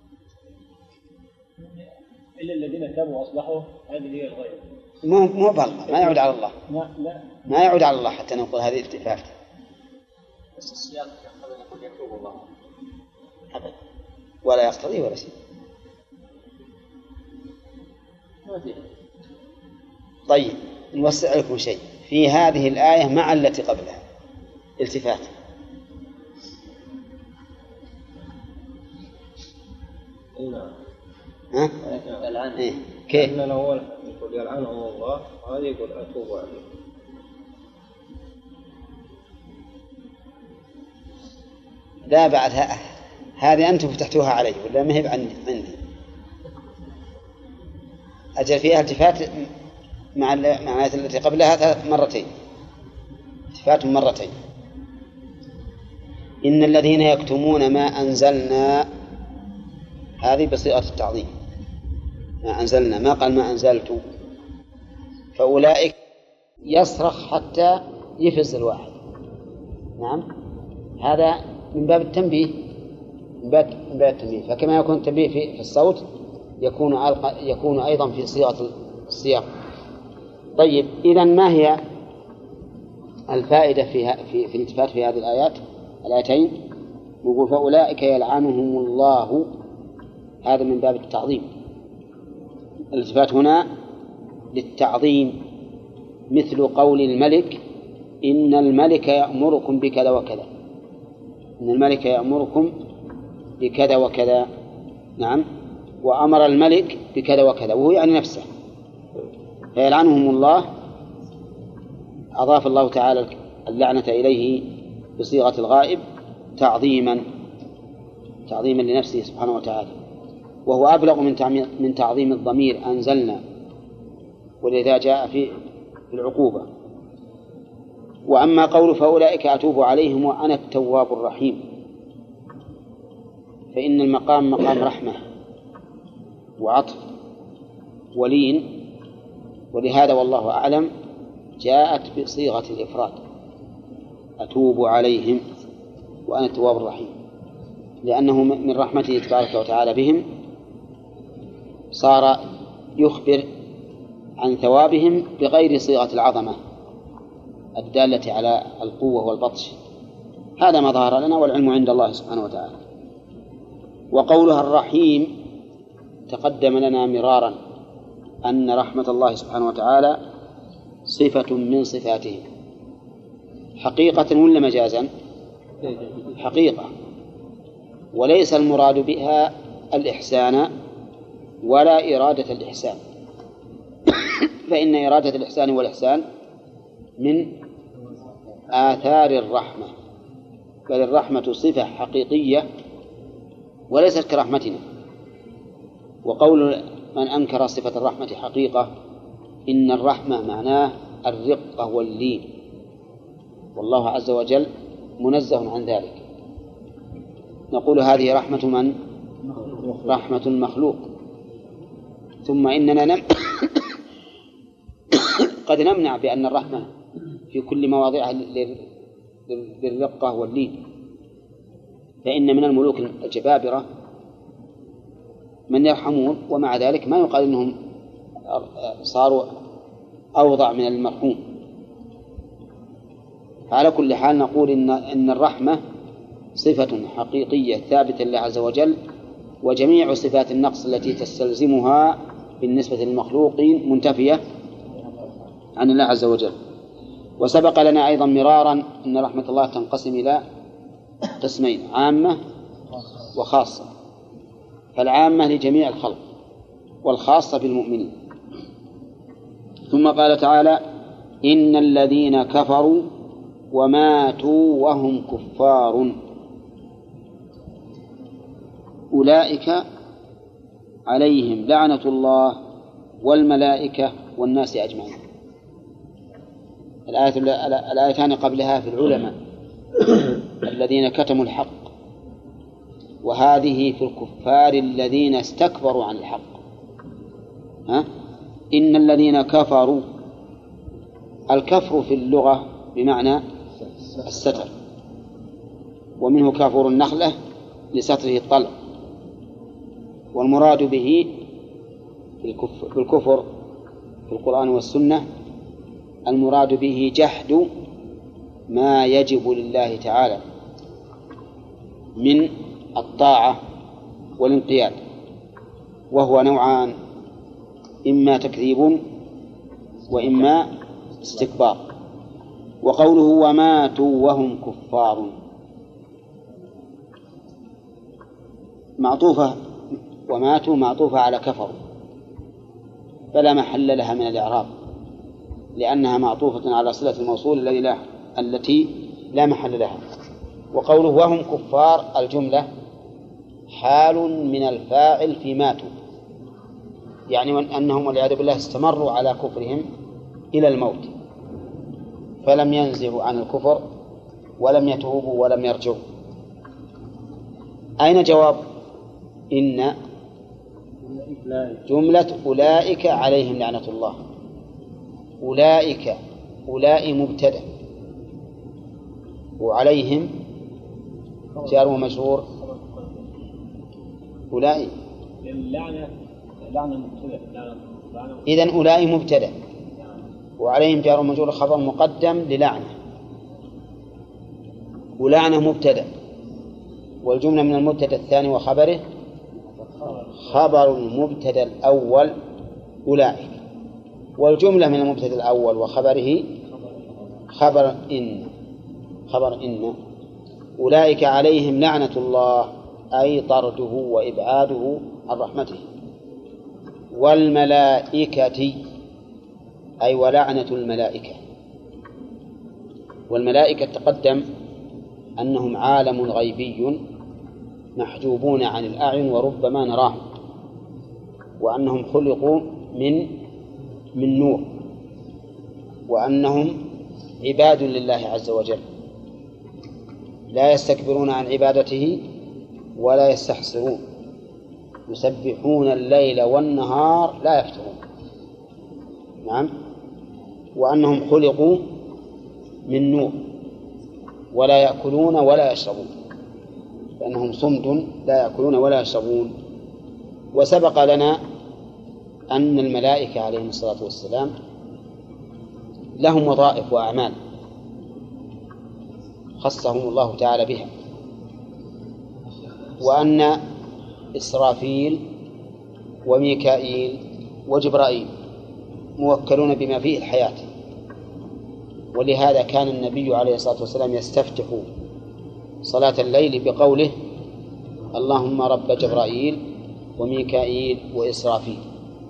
إلا الذين تابوا وأصلحوا، هذه هي الغيبة. مو مو بالله، ما يعود على الله. لا لا ما يعود على الله حتى نقول هذه التفات. بس السياق يقول يتوب الله ولا يقتضي ولا شيء. ما فيه. طيب نوسع لكم شيء في هذه الآية مع التي قبلها، التفات. نعم. ها؟ إيه؟ كيف؟ لأن الأول يقول يلعنهم الله، وهذا يقول أتوب عليه. لا بعد ها... هذه أنتم فتحتوها علي ولا ما هي عندي؟ عندي أجل فيها التفات مع مع التي قبلها مرتين، التفات مرتين. إن الذين يكتمون ما أنزلنا، هذه بصيغة التعظيم، ما أنزلنا، ما قال ما أنزلت. فأولئك يصرخ حتى يفز الواحد. نعم، هذا من باب التنبيه، من باب التنبيه. فكما يكون التنبيه في, في الصوت يكون يكون أيضا في صيغة السياق. طيب إذن ما هي الفائدة في في في الالتفات في هذه الآيات الآيتين؟ نقول فأولئك يلعنهم الله، هذا من باب التعظيم. الالتفات هنا للتعظيم، مثل قول الملك إن الملك يأمركم بكذا وكذا، إن الملك يأمركم بكذا وكذا. نعم، وأمر الملك بكذا وكذا، وهو يعني نفسه. فيلعنهم الله، أضاف الله تعالى اللعنة إليه بصيغة الغائب تعظيما، تعظيما لنفسه سبحانه وتعالى، وهو أبلغ من من تعظيم الضمير أنزلنا، ولذا جاء في العقوبة. وأما قول فأولئك أتوب عليهم وأنا التواب الرحيم، فإن المقام مقام رحمة وعطف ولين، ولهذا والله أعلم جاءت بصيغة الإفراد، أتوب عليهم وأنا التواب الرحيم، لأنه من رحمته تبارك وتعالى بهم صار يخبر عن ثوابهم بغير صيغة العظمة الدالة على القوة والبطش. هذا ما ظهر لنا، والعلم عند الله سبحانه وتعالى. وقولها الرحيم تقدم لنا مرارا أن رحمة الله سبحانه وتعالى صفة من صفاته، حقيقة ولا مجازا؟ حقيقة، وليس المراد بها الإحسان ولا إرادة الإحسان، فإن إرادة الإحسان والإحسان من آثار الرحمة، بل الرحمة صفة حقيقية وليست كرحمتنا. وقول من أنكر صفة الرحمة حقيقة، إن الرحمة معناه الرقة واللين، والله عز وجل منزه عن ذلك. نقول هذه رحمة من؟ رحمة المخلوق. ثم إننا نم قد نمنع بأن الرحمة في كل مواضعها للرقة واللين، فإن من الملوك الجبابرة من يرحمون، ومع ذلك ما يقال إنهم صاروا أوضع من المرحوم. على كل حال نقول إن إن الرحمة صفة حقيقية ثابتة لله عز وجل، وجميع صفات النقص التي تستلزمها بالنسبة للمخلوقين منتفية عن الله عز وجل. وسبق لنا أيضا مرارا أن رحمة الله تنقسم إلى قسمين، عامة وخاصة، فالعامة لجميع الخلق والخاصة بالمؤمنين. ثم قال تعالى إن الذين كفروا وماتوا وهم كفار أولئك عليهم لعنة الله والملائكة والناس أجمعين. الآية الآيتان قبلها في العلماء الذين كتموا الحق وهذه في الكفار الذين استكبروا عن الحق. ها؟ إن الذين كفروا، الكفر في اللغة بمعنى الستر، ومنه كافور النخلة لستره الطلع، والمراد به في الكفر في القرآن والسنة المراد به جحد ما يجب لله تعالى من الطاعة والانقياد، وهو نوعان: إما تكذيب وإما استكبار. وقوله وماتوا وهم كفار معطوفة، وماتوا معطوفة على كفروا، فلا محل لها من الإعراب لأنها معطوفة على صلة الموصول الذي لا التي لا محل لها. وقوله وهم كفار الجملة حال من الفاعل في ماتوا، يعني أنهم والعياذ بالله استمروا على كفرهم إلى الموت، فلم ينزعوا عن الكفر ولم يتوبوا ولم يرجعوا. أين جواب إن؟ جملة أولئك عليهم لعنة الله. أولئك أولئك مبتدأ، وعليهم جار ومجرور. أولئك اللعنة لعنة مبتدأ. إذن أولئك مبتدأ وعليهم جار ومجرور خبر مقدم للعنة، ولعنة مبتدأ، والجملة من المبتدأ الثاني وخبره خبر المبتدأ الأول أولئك، والجملة من المبتدأ الأول وخبره خبر إن خبر إن أولئك عليهم لعنة الله، أي طرده وإبعاده عن رحمته، والملائكة أي ولعنة الملائكة. والملائكة تقدم أنهم عالم غيبي محجوبون عن الأعين وربما نراهم، وأنهم خلقوا من من نور، وأنهم عباد لله عز وجل لا يستكبرون عن عبادته ولا يستحسرون، يسبحون الليل والنهار لا يفترون. نعم. وأنهم خلقوا من نور ولا يأكلون ولا يشربون، لأنهم صمد لا يأكلون ولا يشربون. وسبق لنا أن الملائكة عليهم الصلاة والسلام لهم وظائف وأعمال خصهم الله تعالى بها، وأن إسرافيل وميكائيل وجبرائيل موكلون بما فيه الحياة، ولهذا كان النبي عليه الصلاة والسلام يستفتح صلاة الليل بقوله اللهم رب جبرائيل وميكائيل وإسرافيل،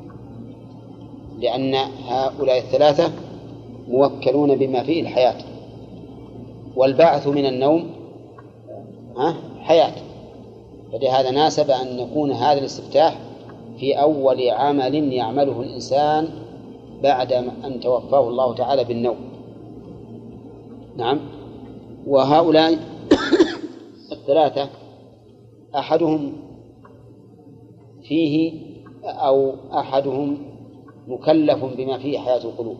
لأن هؤلاء الثلاثة موكلون بما فيه الحياة، والبعث من النوم حياة، فلهذا ناسب أن يكون هذا الاستفتاح في أول عمل يعمله الإنسان بعد أن توفاه الله تعالى بالنوم. نعم. وهؤلاء الثلاثة أحدهم فيه أو أحدهم مكلف بما فيه حياة القلوب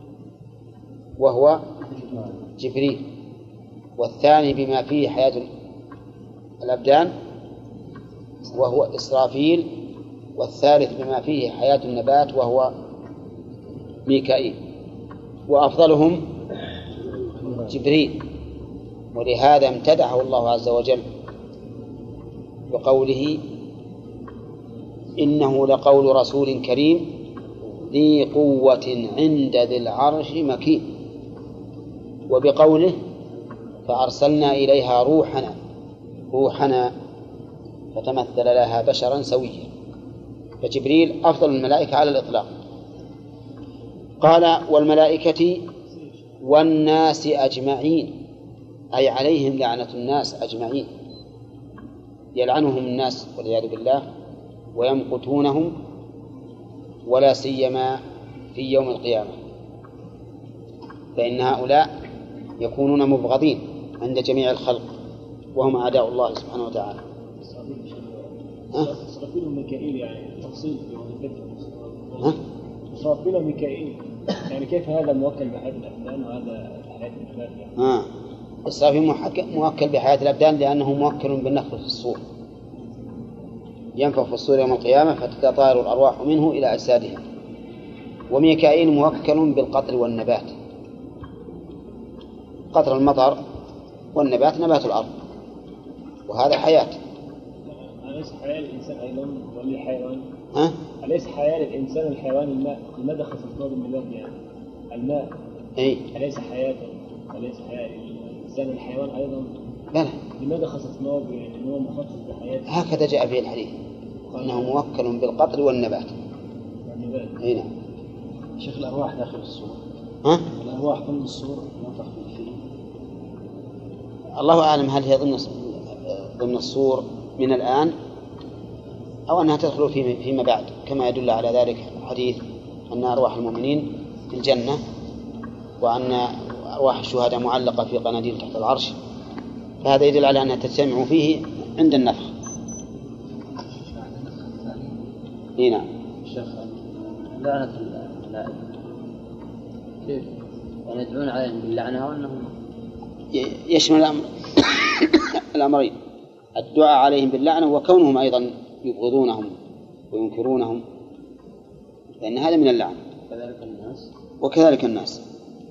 وهو جبريل، والثاني بما فيه حياة الأبدان وهو إسرافيل، والثالث بما فيه حياة النبات وهو ميكائيل، وأفضلهم جبريل. ولهذا امتدحه الله عز وجل بقوله إنه لقول رسول كريم ذي قوة عند ذي العرش مكين، وبقوله فأرسلنا إليها روحنا روحنا فتمثل لها بشرا سويا، فجبريل أفضل الملائكة على الإطلاق. قال والملائكة والناس أجمعين، أي عليهم لعنة الناس أجمعين، يلعنهم الناس والعياذ بالله ويمقتونهم، ولا سيما في يوم القيامة، فإن هؤلاء يكونون مبغضين عند جميع الخلق وهم أعداء الله سبحانه وتعالى. إسرافيل وميكائيل يعني تفصيل في وظيفتهم. ها؟ إسرافيل وميكائيل يعني كيف هذا موكل بحياة الأبدان وهذا بحياة النبات يعني؟ آه. إسرافيل موكل بحياة الأبدان لأنه موكل بالنفخ في الصور، ينفخ في الصور يوم القيامة فتتطاير الأرواح منه إلى أجسادهم. وميكائيل موكل بالقطر والنبات، قطر المطر والنبات نبات الأرض، وهذا حياة. أليس حياة الإنسان أيضا والحيوان؟ ها؟ أليس حياة الإنسان والحيوان الماء؟ لماذا خصصناه بالنبات يعني؟ الماء إيه؟ أليس حياته؟ أليس حياة الإنسان والحيوان أيضا؟ بلى. لماذا خصصناه بأنه هو مخصص بحياته؟ هكذا جاء في الحديث أنه موكل بالقطر والنبات. والنبات. إيه نعم. شيخ الأرواح داخل الصور. ها؟ الأرواح ضمن الصور ينفخ فيه. الله أعلم هل هي ضمن ضمن الصور من الآن أو أنها تدخل فيما بعد، كما يدل على ذلك الحديث أن أرواح المؤمنين في الجنة، وأن أرواح الشهداء معلقة في قناديل تحت العرش، فهذا يدل على أنها تجتمع فيه عند النفخ. إيه نعم. شيخ لعنة الملائكة كيف؟ يعني يدعون عليهم باللعنة وأنهم يشمل الأمر الأمرين، الدعاء عليهم باللعنة وكونهم أيضا يبغضونهم وينكرونهم، لأن هذا من اللعنة. كذلك الناس وكذلك الناس.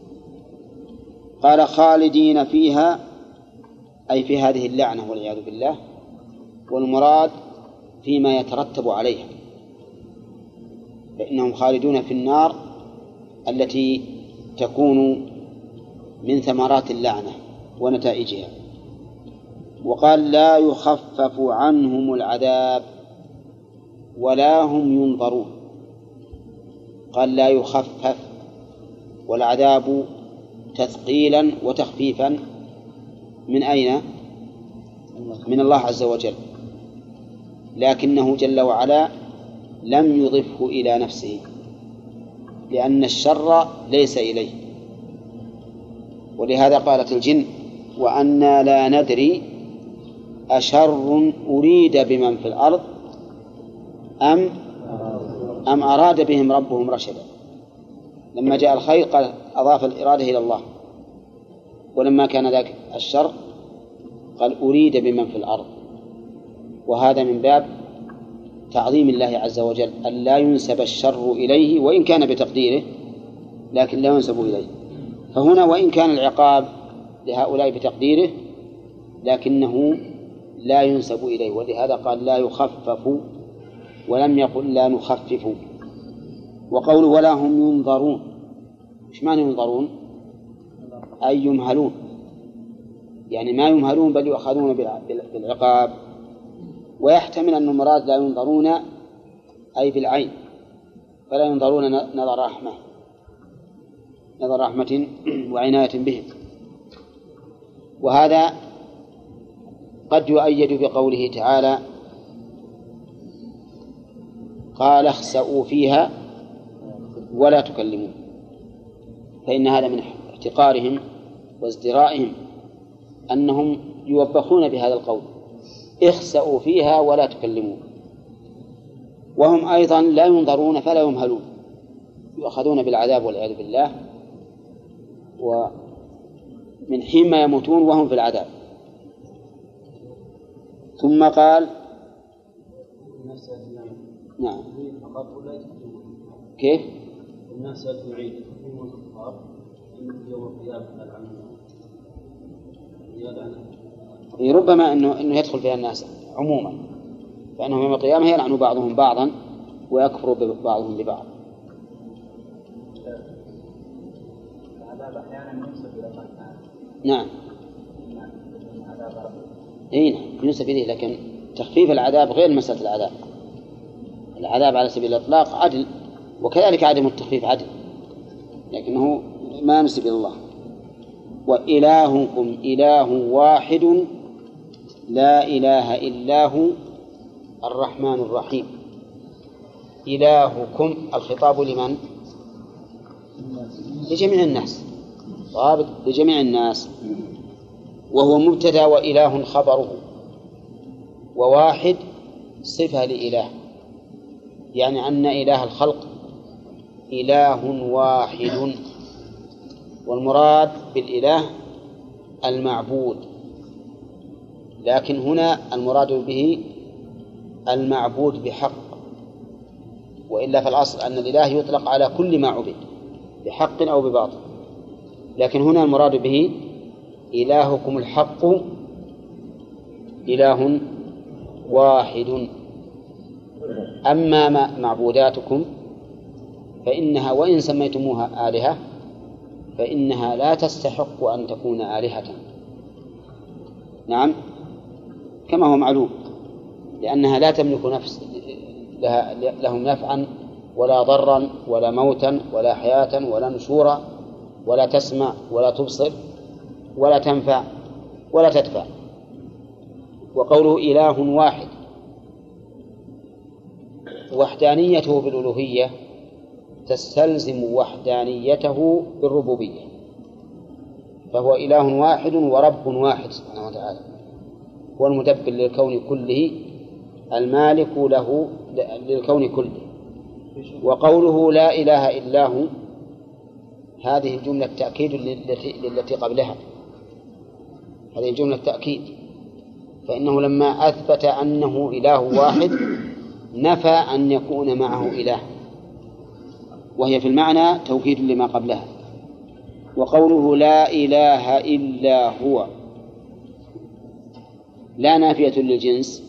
قال خالدين فيها أي في هذه اللعنة والعياذ بالله، والمراد فيما يترتب عليها، فإنهم خالدون في النار التي تكون من ثمرات اللعنة ونتائجها. وقال لا يخفف عنهم العذاب ولا هم ينظرون. قال لا يخفف، والعذاب تثقيلا وتخفيفا من أين؟ من الله عز وجل، لكنه جل وعلا لم يضفه إلى نفسه، لأن الشر ليس إليه. ولهذا قالت الجن وأنا لا ندري أشر أريد بمن في الأرض أم أم أراد بهم ربهم رشدا. لما جاء الخير قال أضاف الإرادة إلى الله، ولما كان ذاك الشر قال أريد بمن في الأرض. وهذا من باب تعظيم الله عز وجل أن لا ينسب الشر إليه، وإن كان بتقديره لكن لا ينسب إليه. فهنا وإن كان العقاب لهؤلاء بتقديره لكنه لا ينسب إليه، ولهذا قال لا يخفف ولم يقل لا نخفف. وقوله ولا هم ينظرون، إيش معنى ينظرون؟ أي يمهلون، يعني ما يمهلون بل يؤخذون بالعقاب. ويحتمل أن المراد لا ينظرون أي بالعين، فلا ينظرون نظر رحمة نظر رحمة وعناية بهم. وهذا قد يؤيد بقوله تعالى قال اخسئوا فيها ولا تكلمون، فإن هذا من احتقارهم وازدرائهم أنهم يوبخون بهذا القول اخسئوا فيها ولا تكلمون، وهم أيضا لا ينظرون فلا يمهلون، يؤخذون بالعذاب والعياذ بالله، ومن حين ما يموتون وهم في العذاب. ثم قال نعم كيف؟ الناس يعيد يوم القيامة ربما أنه أنه يدخل فيها الناس عموما، فإنهم يوم القيامة يلعن بعضهم بعضا ويكفر بعضهم ببعض. نعم اي نعم ينسب إليه، لكن تخفيف العذاب غير مسألة العذاب. العذاب على سبيل الإطلاق عدل، وكذلك عدم التخفيف عدل، لكنه ما ينسب إلى الله. وإلهكم إله واحد لا إله إلا هو الرحمن الرحيم. إلهكم الخطاب لمن؟ لجميع الناس، ضابط لجميع الناس، وهو مبتدأ وإله خبره، وواحد صفة لإله، يعني أن إله الخلق إله واحد، والمراد بالإله المعبود، لكن هنا المراد به المعبود بحق، وإلا فالأصل أن الإله يطلق على كل ما عبد بحق أو بباطل، لكن هنا المراد به إلهكم الحق إله واحد. أما معبوداتكم فإنها وإن سميتموها آلهة فإنها لا تستحق أن تكون آلهة، نعم كما هو معلوم، لأنها لا تملك نفس لها لهم نفعا ولا ضرا ولا موتا ولا حياة ولا نشورا، ولا تسمع ولا تبصر ولا تنفع ولا تدفع. وقوله إله واحد وحدانيته بالألوهية تستلزم وحدانيته بالربوبية، فهو إله واحد ورب واحد سبحانه وتعالى، هو المدبر للكون كله المالك له للكون كله. وقوله لا إله إلا هو هذه الجملة تأكيد للتي قبلها، هذه الجملة تأكيد، فإنه لما أثبت أنه إله واحد نفى أن يكون معه إله، وهي في المعنى توكيد لما قبلها. وقوله لا إله إلا هو لا نافية للجنس،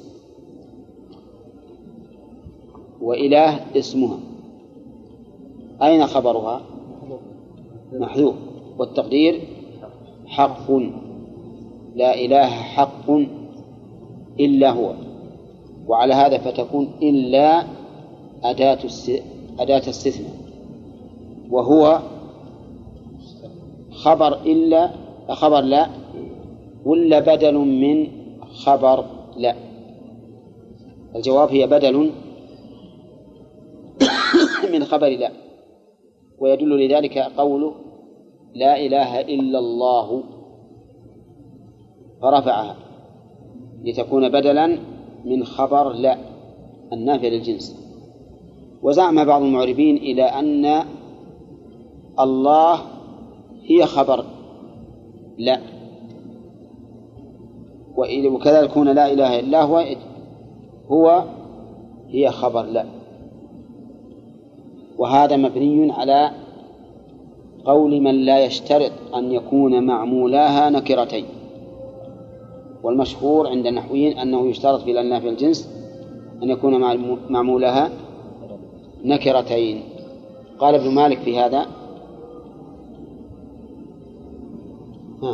وإله اسمها، أين خبرها؟ محذوف، والتقدير حق، لا إله حق إلا هو، وعلى هذا فتكون إلا أداة أداة استثناء، وهو خبر إلا خبر لا ولا بدل من خبر لا؟ الجواب هي بدل من خبر لا، ويدل لذلك قوله لا إله إلا الله فرفعها لتكون بدلا من خبر لا النافية للجنس. وزعم بعض المعربين إلى أن الله هي خبر لا، وكذلك كون لا إله إلا هو هو هي خبر لا، وهذا مبني على قول من لا يشترط أن يكون معمولاها نكرتين، والمشهور عند النحويين أنه يشترط في النافية الجنس أن يكون معمولها نكرتين. قال ابن مالك في هذا ها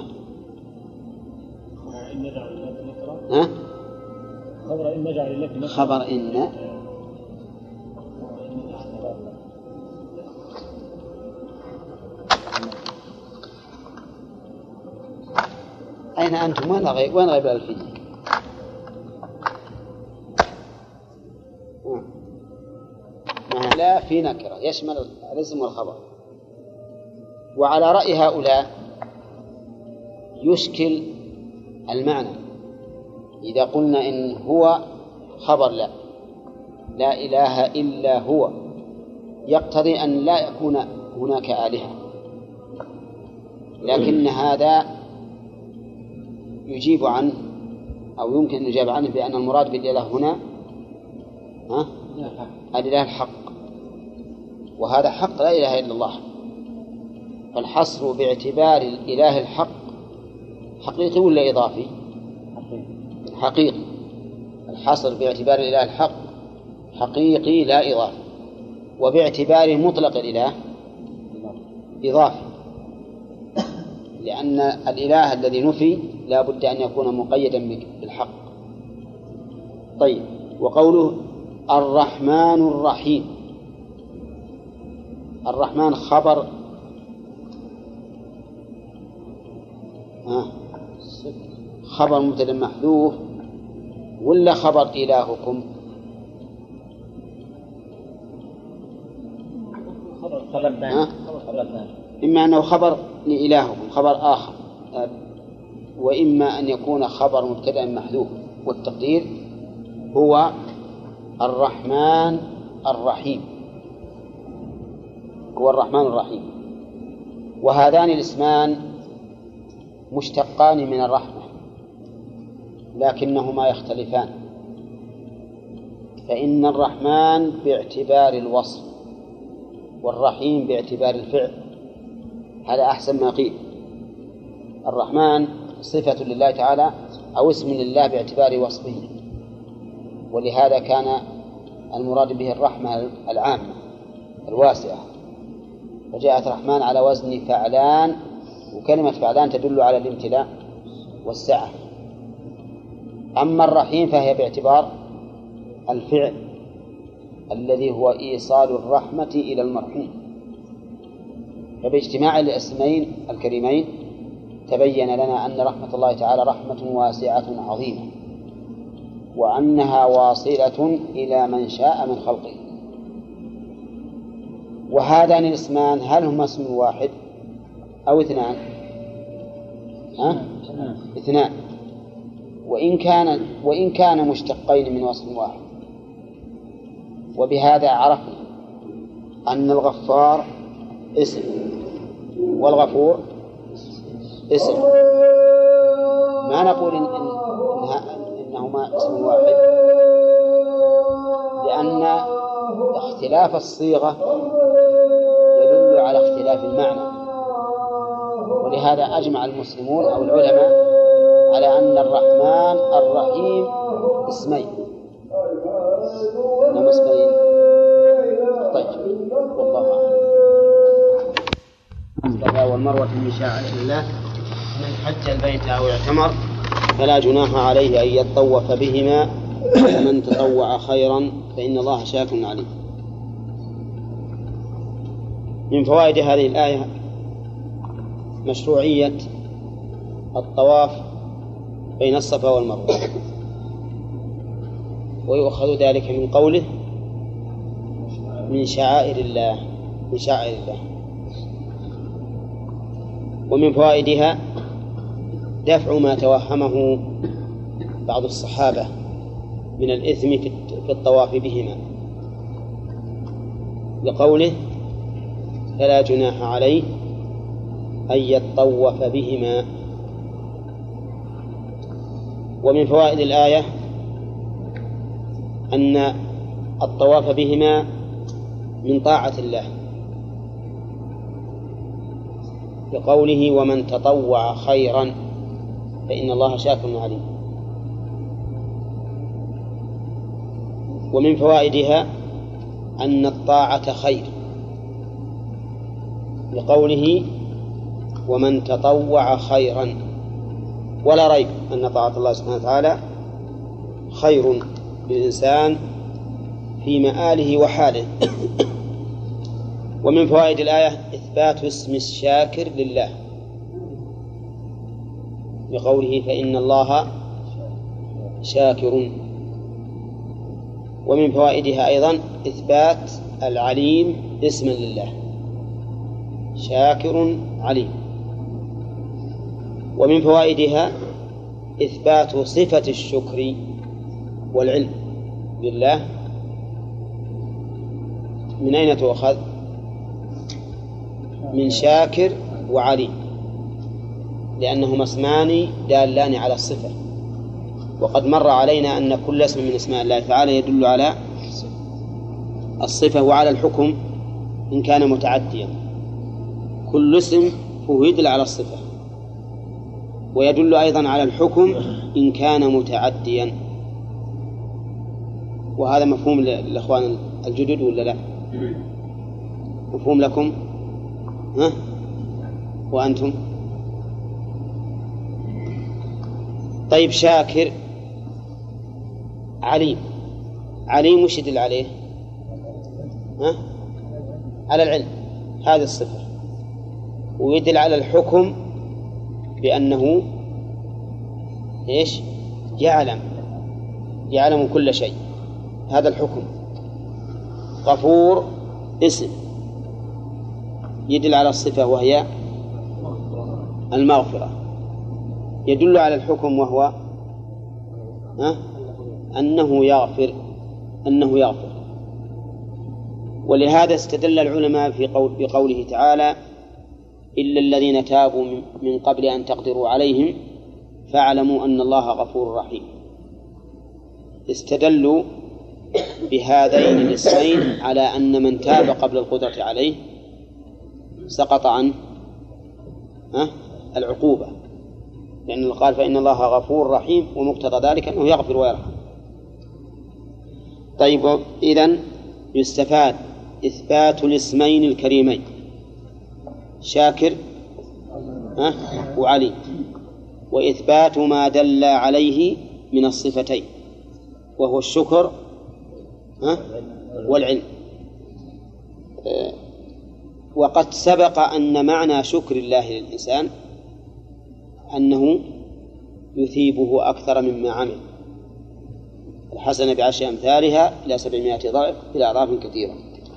ها خبر إن نجعل لك نكرة خبر إن أين أنتم؟ وين غيب وين غيب الألفية؟ لا في نكرة يشمل الاسم والخبر. وعلى رأي هؤلاء يشكل المعنى إذا قلنا إن هو خبر لا لا إله إلا هو، يقتضي أن لا يكون هناك آلهة، لكن هذا يجيب عنه أو يمكن أن يجاب عنه بأن المراد بالإله هنا ها؟ الإله الحق، وهذا حق لا إله إلا الله، فالحصر باعتبار الإله الحق حقيقي ولا إضافي؟ حقيقي. الحصر باعتبار الإله الحق حقيقي لا إضافي، وباعتبار مطلق الإله إضافي، لأن الإله الذي نفي لا بد أن يكون مقيدا بالحق. طيب، وقوله الرحمن الرحيم، الرحمن خبر آه. خبر مبتدأ محذوف ولا خبر إلهكم؟ خبر ثاني. إما أنه خبر لإلهكم خبر آخر، وإما أن يكون خبر مبتدأ محذوف، والتقدير هو الرحمن الرحيم، هو الرحمن الرحيم. وهذان الاسمان مشتقان من الرحمة لكنهما يختلفان، فإن الرحمن باعتبار الوصف والرحيم باعتبار الفعل، هذا أحسن ما قيل. الرحمن صفة لله تعالى أو اسم لله باعتبار وصفه، ولهذا كان المراد به الرحمة العامة الواسعة، فجاءت الرحمن على وزن فعلان، وكلمة فعلان تدل على الامتلاء والسعة. أما الرحيم فهي باعتبار الفعل الذي هو إيصال الرحمة إلى المرحوم. فباجتماع الاسمين الكريمين تبين لنا أن رحمة الله تعالى رحمة واسعة عظيمة، وأنها واصلة إلى من شاء من خلقه. وهذان الاسمان هل هما اسم واحد أو اثنان؟ ها؟ اثنان. وإن كان وإن كان مشتقين من وصف واحد. وبهذا عرفنا أن الغفار اسم والغفور اسم، ما نقول إن إنها إنهما اسم واحد، لأن اختلاف الصيغة يدل على اختلاف المعنى. ولهذا أجمع المسلمون أو العلماء على أن الرحمن الرحيم اسمين، إنما اسمين. طيب، والله أعلم. الصفا والمروة من شعائر الله، من حج البيت أو اعتمر فلا جناح عليه أن يطوف بهما، ومن تطوع خيرا فإن الله شاكر عليم. من فوائد هذه الآية مشروعية الطواف بين الصفا والمروة، ويؤخذ ذلك من قوله من شعائر الله، من شعائر الله. ومن فوائدها دفع ما توهمه بعض الصحابة من الإثم في الطواف بهما، لقوله فلا جناح عليه أن يطوف بهما. ومن فوائد الآية أن الطواف بهما من طاعة الله، لقوله ومن تطوع خيرا فإن الله شاكر عليم. ومن فوائدها أن الطاعة خير، لقوله ومن تطوع خيرا، ولا ريب أن طاعة الله سبحانه وتعالى خير للإنسان في مآله وحاله. ومن فوائد الآية إثبات اسم الشاكر لله، لقوله فإن الله شاكر. ومن فوائدها أيضا إثبات العليم اسما لله، شاكر عليم. ومن فوائدها إثبات صفة الشكر والعلم لله. من أين تؤخذ؟ من شاكر وعليم، لأنهما اسمان دالان على الصفة. وقد مر علينا أن كل اسم من اسماء الله تعالى يدل على الصفة وعلى الحكم إن كان متعديا. كل اسم هو يدل على الصفة ويدل أيضا على الحكم إن كان متعديا. وهذا مفهوم للأخوان الجدد ولا لا؟ مفهوم لكم؟ ها؟ وأنتم؟ طيب، شاكر عليم. عليم وش يدل عليه؟ ها؟ على العلم، هذه الصفة. ويدل على الحكم بأنه إيش؟ يعلم يعلم كل شيء، هذا الحكم. غفور اسم يدل على الصفة وهي المغفرة، يدل على الحكم وهو أه؟ أنه يغفر أنه يغفر. ولهذا استدل العلماء في قول بقوله تعالى إلا الذين تابوا من قبل أن تقدروا عليهم فاعلموا أن الله غفور رحيم. استدلوا بهذين الاسمين على أن من تاب قبل القدرة عليه سقط عنه العقوبة، لأنه قال فإن الله غفور رحيم، ومقتضى ذلك أنه يغفر ويرحم. طيب، إذن يستفاد إثبات الاسمين الكريمين شاكر وعلي، وإثبات ما دل عليه من الصفتين وهو الشكر والعلم. وقد سبق أن معنى شكر الله للإنسان أنه يثيبه أكثر مما عمل، الحسنة بعشر أمثالها إلى سبعمائة ضعف إلى أضعاف كثيرة.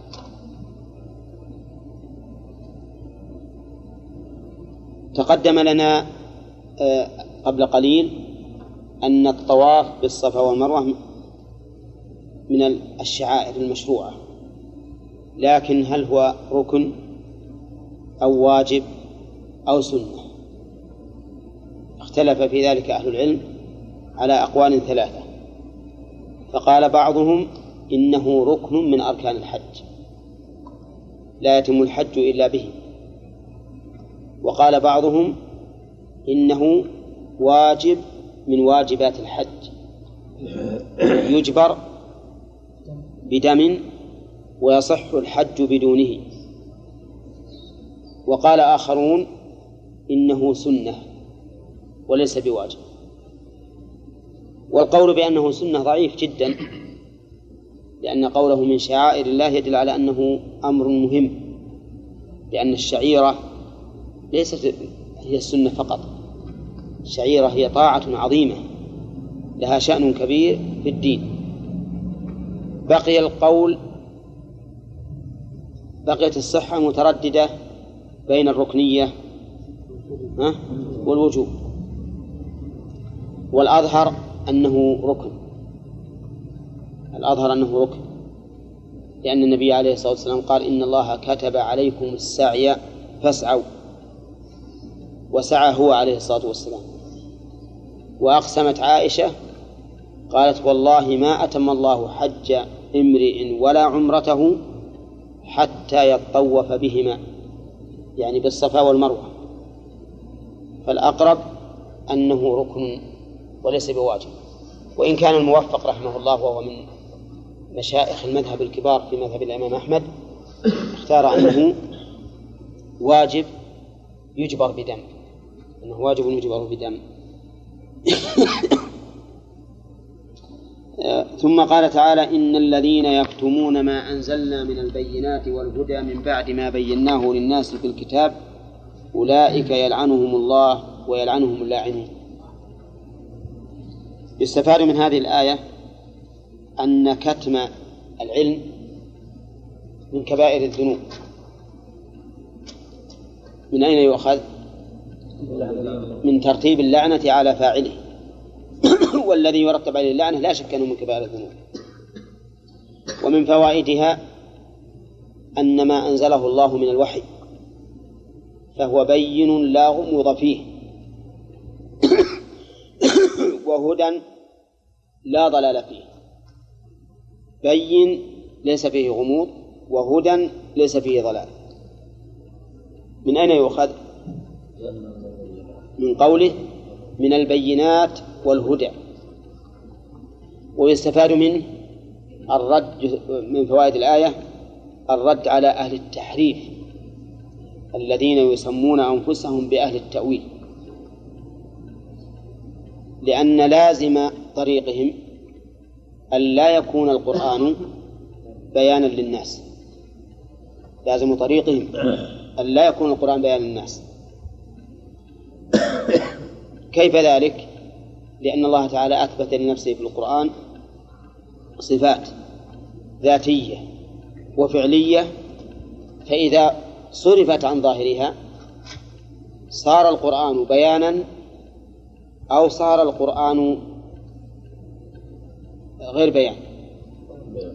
تقدم لنا قبل قليل أن الطواف بالصفا والمروة من الشعائر المشروعة، لكن هل هو ركن أو واجب أو سنة؟ اختلف في ذلك أهل العلم على أقوال ثلاثة. فقال بعضهم إنه ركن من أركان الحج لا يتم الحج إلا به، وقال بعضهم إنه واجب من واجبات الحج يجبر بدم ويصح الحج بدونه. وقال آخرون إنه سنة وليس بواجب. والقول بأنه سنة ضعيف جدا، لأن قوله من شعائر الله يدل على أنه أمر مهم، لأن الشعيرة ليست هي السنة فقط، الشعيرة هي طاعة عظيمة لها شأن كبير في الدين. بقي القول بقيت الصحة مترددة بين الركنية والوجوب، والأظهر أنه ركن الأظهر أنه ركن لأن النبي عليه الصلاة والسلام قال إن الله كتب عليكم السعي فاسعوا، وسعى هو عليه الصلاة والسلام. وأقسمت عائشة قالت والله ما أتم الله حج امرئ ولا عمرته حتى يطوف بهما، يعني بالصفا والمروة. فالأقرب أنه ركن وليس بواجب، وإن كان الموفق رحمه الله وهو من مشائخ المذهب الكبار في مذهب الإمام أحمد اختار أنه واجب يجبر بدم أنه واجب يجبر بدم. ثم قال تعالى إن الذين يكتمون ما أنزلنا من البينات والهدى من بعد ما بيناه للناس في الكتاب أولئك يلعنهم الله ويلعنهم اللاعنون. يستفاد من هذه الآية أن كتم العلم من كبائر الذنوب. من أين يؤخذ؟ من ترتيب اللعنة على فاعله، والذي يرتب عليه اللعنة لا شك أنه من كبائر الذنوب. ومن فوائدها أن ما أنزله الله من الوحي فهو بين لا غموض فيه وهدى لا ضلال فيه. بين ليس فيه غموض، وهدى ليس فيه ضلال. من أين يؤخذ؟ من قوله من البينات والهدى. ويستفاد منه الرد من فوائد الآية الرد على أهل التحريف الذين يسمون أنفسهم بأهل التأويل، لأن لازم طريقهم أن لا يكون القرآن بيانا للناس. لازم طريقهم أن لا يكون القرآن بيانا للناس. كيف ذلك؟ لأن الله تعالى أثبت لنفسه في القرآن صفات ذاتية وفعلية، فإذا صرفت عن ظاهرها صار القرآن بيانا أو صار القرآن غير بيان.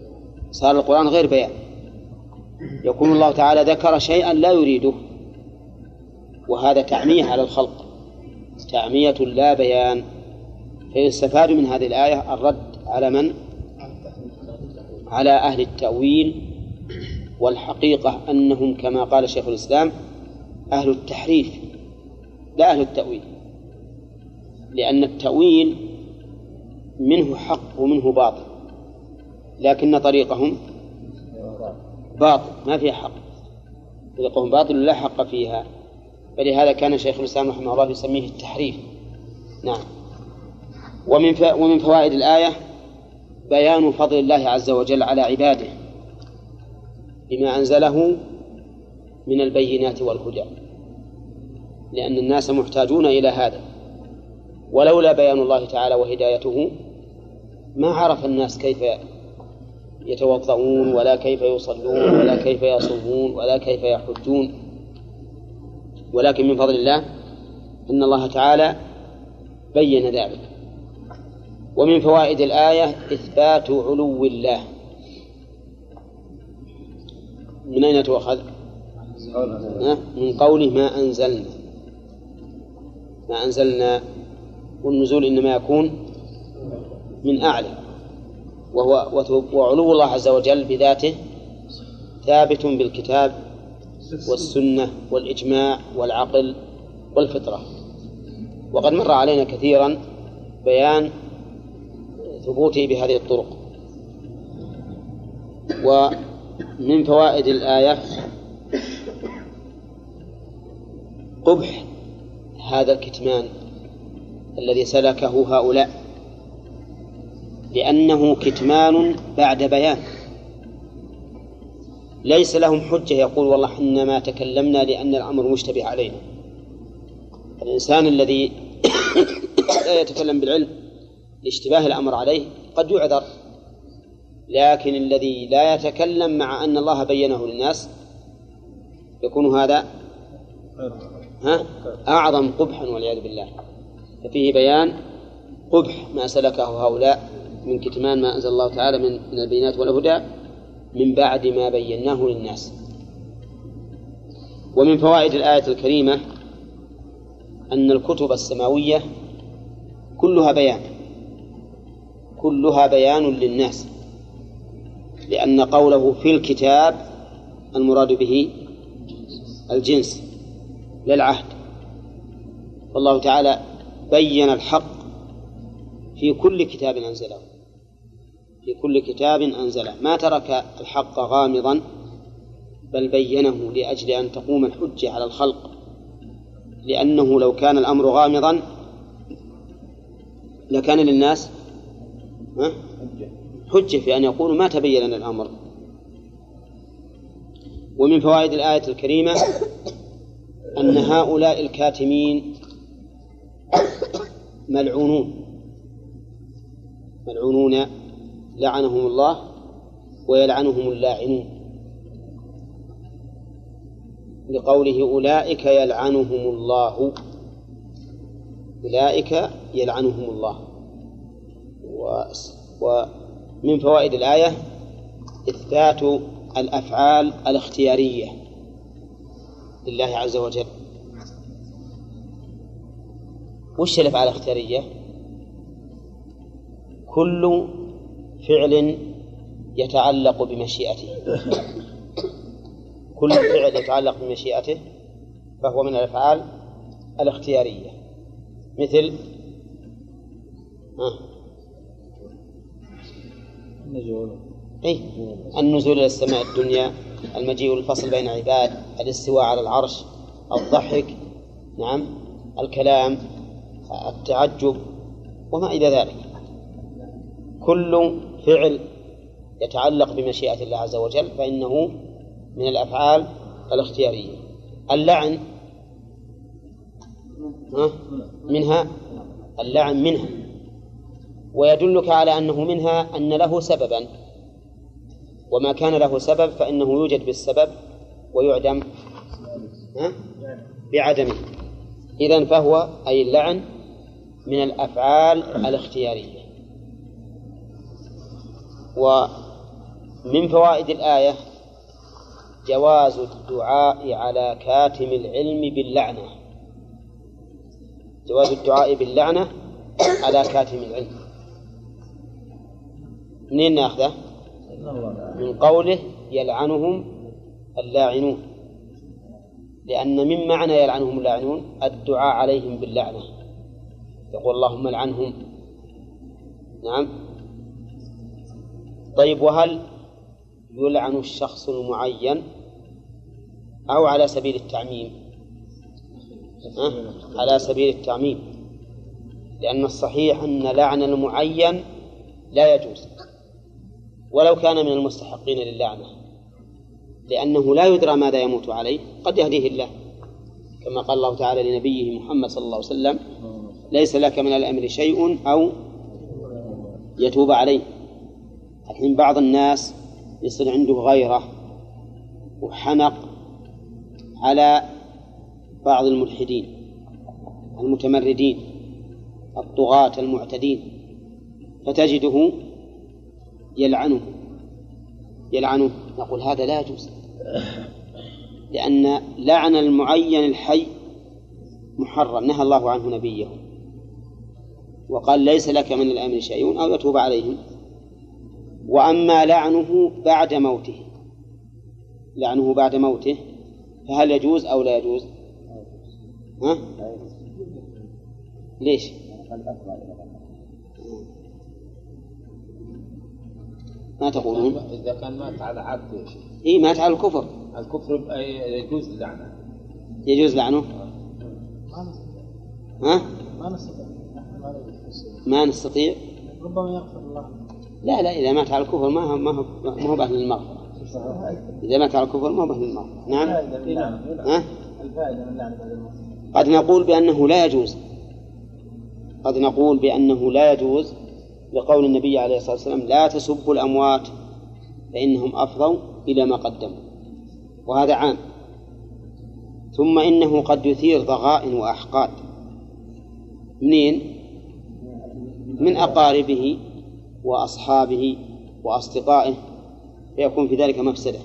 صار القرآن غير بيان، يكون الله تعالى ذكر شيئا لا يريده، وهذا تعمية على الخلق، تعمية لا بيان. فيستفاد من هذه الآية الرد على من؟ على أهل التأويل، والحقيقة أنهم كما قال شيخ الإسلام أهل التحريف لا أهل التأويل، لأن التأويل منه حق ومنه باطل، لكن طريقهم باطل ما فيها حق، طريقهم باطل لا حق فيها، فلهذا كان شيخ الإسلام رحمه الله يسميه التحريف. نعم. ومن ومن فوائد الآية بيان فضل الله عز وجل على عباده بما أنزله من البينات والهدى، لأن الناس محتاجون إلى هذا، ولولا بيان الله تعالى وهدايته ما عرف الناس كيف يتوضؤون ولا كيف يصلون ولا كيف يصومون ولا كيف يحجون. ولكن من فضل الله أن الله تعالى بين ذلك. ومن فوائد الآية إثبات علو الله. من أين تؤخذ؟ من قوله ما أنزلنا، ما أنزلنا، والنزول إنما يكون من أعلى، وهو وعلو الله عز وجل بذاته ثابت بالكتاب والسنة والإجماع والعقل والفطرة. وقد مر علينا كثيرا بيان ثبوته بهذه الطرق. ومن فوائد الآية قبح هذا الكتمان الذي سلكه هؤلاء، لأنه كتمان بعد بيان، ليس لهم حجة يقول والله إنما تكلمنا لأن الأمر مشتبه علينا. الإنسان الذي لا يتكلم بالعلم لاشتباه الأمر عليه قد يعذر، لكن الذي لا يتكلم مع أن الله بينه للناس يكون هذا ها أعظم قبحا والعياذ بالله. ففيه بيان قبح ما سلكه هؤلاء من كتمان ما أنزل الله تعالى من من البينات والهدى من بعد ما بيناه للناس. ومن فوائد الآية الكريمة أن الكتب السماوية كلها بيان، كلها بيان للناس، لأن قوله في الكتاب المراد به الجنس للعهد، والله تعالى بين الحق في كل كتاب أنزله، في كل كتاب أنزله ما ترك الحق غامضا بل بينه لأجل أن تقوم الحجة على الخلق، لأنه لو كان الأمر غامضا لكان للناس حجة في أن يقولوا ما تبين لنا الأمر. ومن فوائد الآية الكريمة أن هؤلاء الكاتمين ملعونون، ملعونون لعنهم الله ويلعنهم اللاعنون، لقوله أولئك يلعنهم الله، أولئك يلعنهم الله. ومن فوائد الآية إثبات الأفعال الاختيارية لله عز وجل. وش الأفعال الاختيارية؟ كل فعل يتعلق بمشيئته، كل فعل يتعلق بمشيئته فهو من الأفعال الاختيارية، مثل آه. النزول إيه؟ النزول إلى السماء الدنيا، المجيء والفصل بين عباد، الاستواء على العرش، الضحك، نعم، الكلام، التعجب وما إلى ذلك. كل فعل يتعلق بمشيئة الله عز وجل فإنه من الأفعال الاختيارية. اللعن منها، اللعن منها، ويدلك على أنه منها أن له سببا، وما كان له سبب فإنه يوجد بالسبب ويعدم بعدمه. إذن فهو أي اللعن من الأفعال الاختيارية. من فوائد الآية جواز الدعاء على كاتم العلم باللعنة، جواز الدعاء باللعنة على كاتم العلم. منين ناخذه؟ من قوله يلعنهم اللاعنون، لأن من معنى يلعنهم اللاعنون الدعاء عليهم باللعنة، يقول اللهم لعنهم. نعم. طيب، وهل يلعن الشخص المعين أو على سبيل التعميم؟ أه؟ على سبيل التعميم، لأن الصحيح أن لعن المعين لا يجوز ولو كان من المستحقين للعنة، لأنه لا يدرى ماذا يموت عليه، قد يهديه الله، كما قال الله تعالى لنبيه محمد صلى الله عليه وسلم ليس لك من الأمر شيء أو يتوب عليه. الحين بعض الناس يصير عنده غيرة وحنق على بعض الملحدين المتمردين الطغاة المعتدين، فتجده يلعنه يلعنه نقول هذا لا يجوز، لأن لعن المعين الحي محرم، نهى الله عنه نبيه وقال ليس لك من الأمر شيء أو يتوب عليهم. وأما لعنه بعد موته لعنه بعد موته فهل يجوز أو لا يجوز؟ ها؟ ليش؟ ما تقولون؟ إذا كان مات على عبد يا شيخ. إيه، مات على الكفر. الكفر يجوز لعنه. يجوز لعنه؟ ها؟ ما نستطيع. ما نستطيع. ربما يغفر الله. لا لا، إذا مات على الكفر ما هو ما هو ما هو بأهل المغفرة. إذا مات على الكفر ما هو بأهل المغفرة. نعم. ها؟ الفائدة من لعنة الموت. قد نقول بأنه لا يجوز قد نقول بأنه لا يجوز لقول النبي عليه الصلاة والسلام لا تسبوا الأموات فإنهم أفضوا إلى ما قدموا، وهذا عام. ثم إنه قد يثير ضغائن وأحقاد. منين؟ من أقاربه وأصحابه وأصدقائه، فيكون في ذلك مفسدة.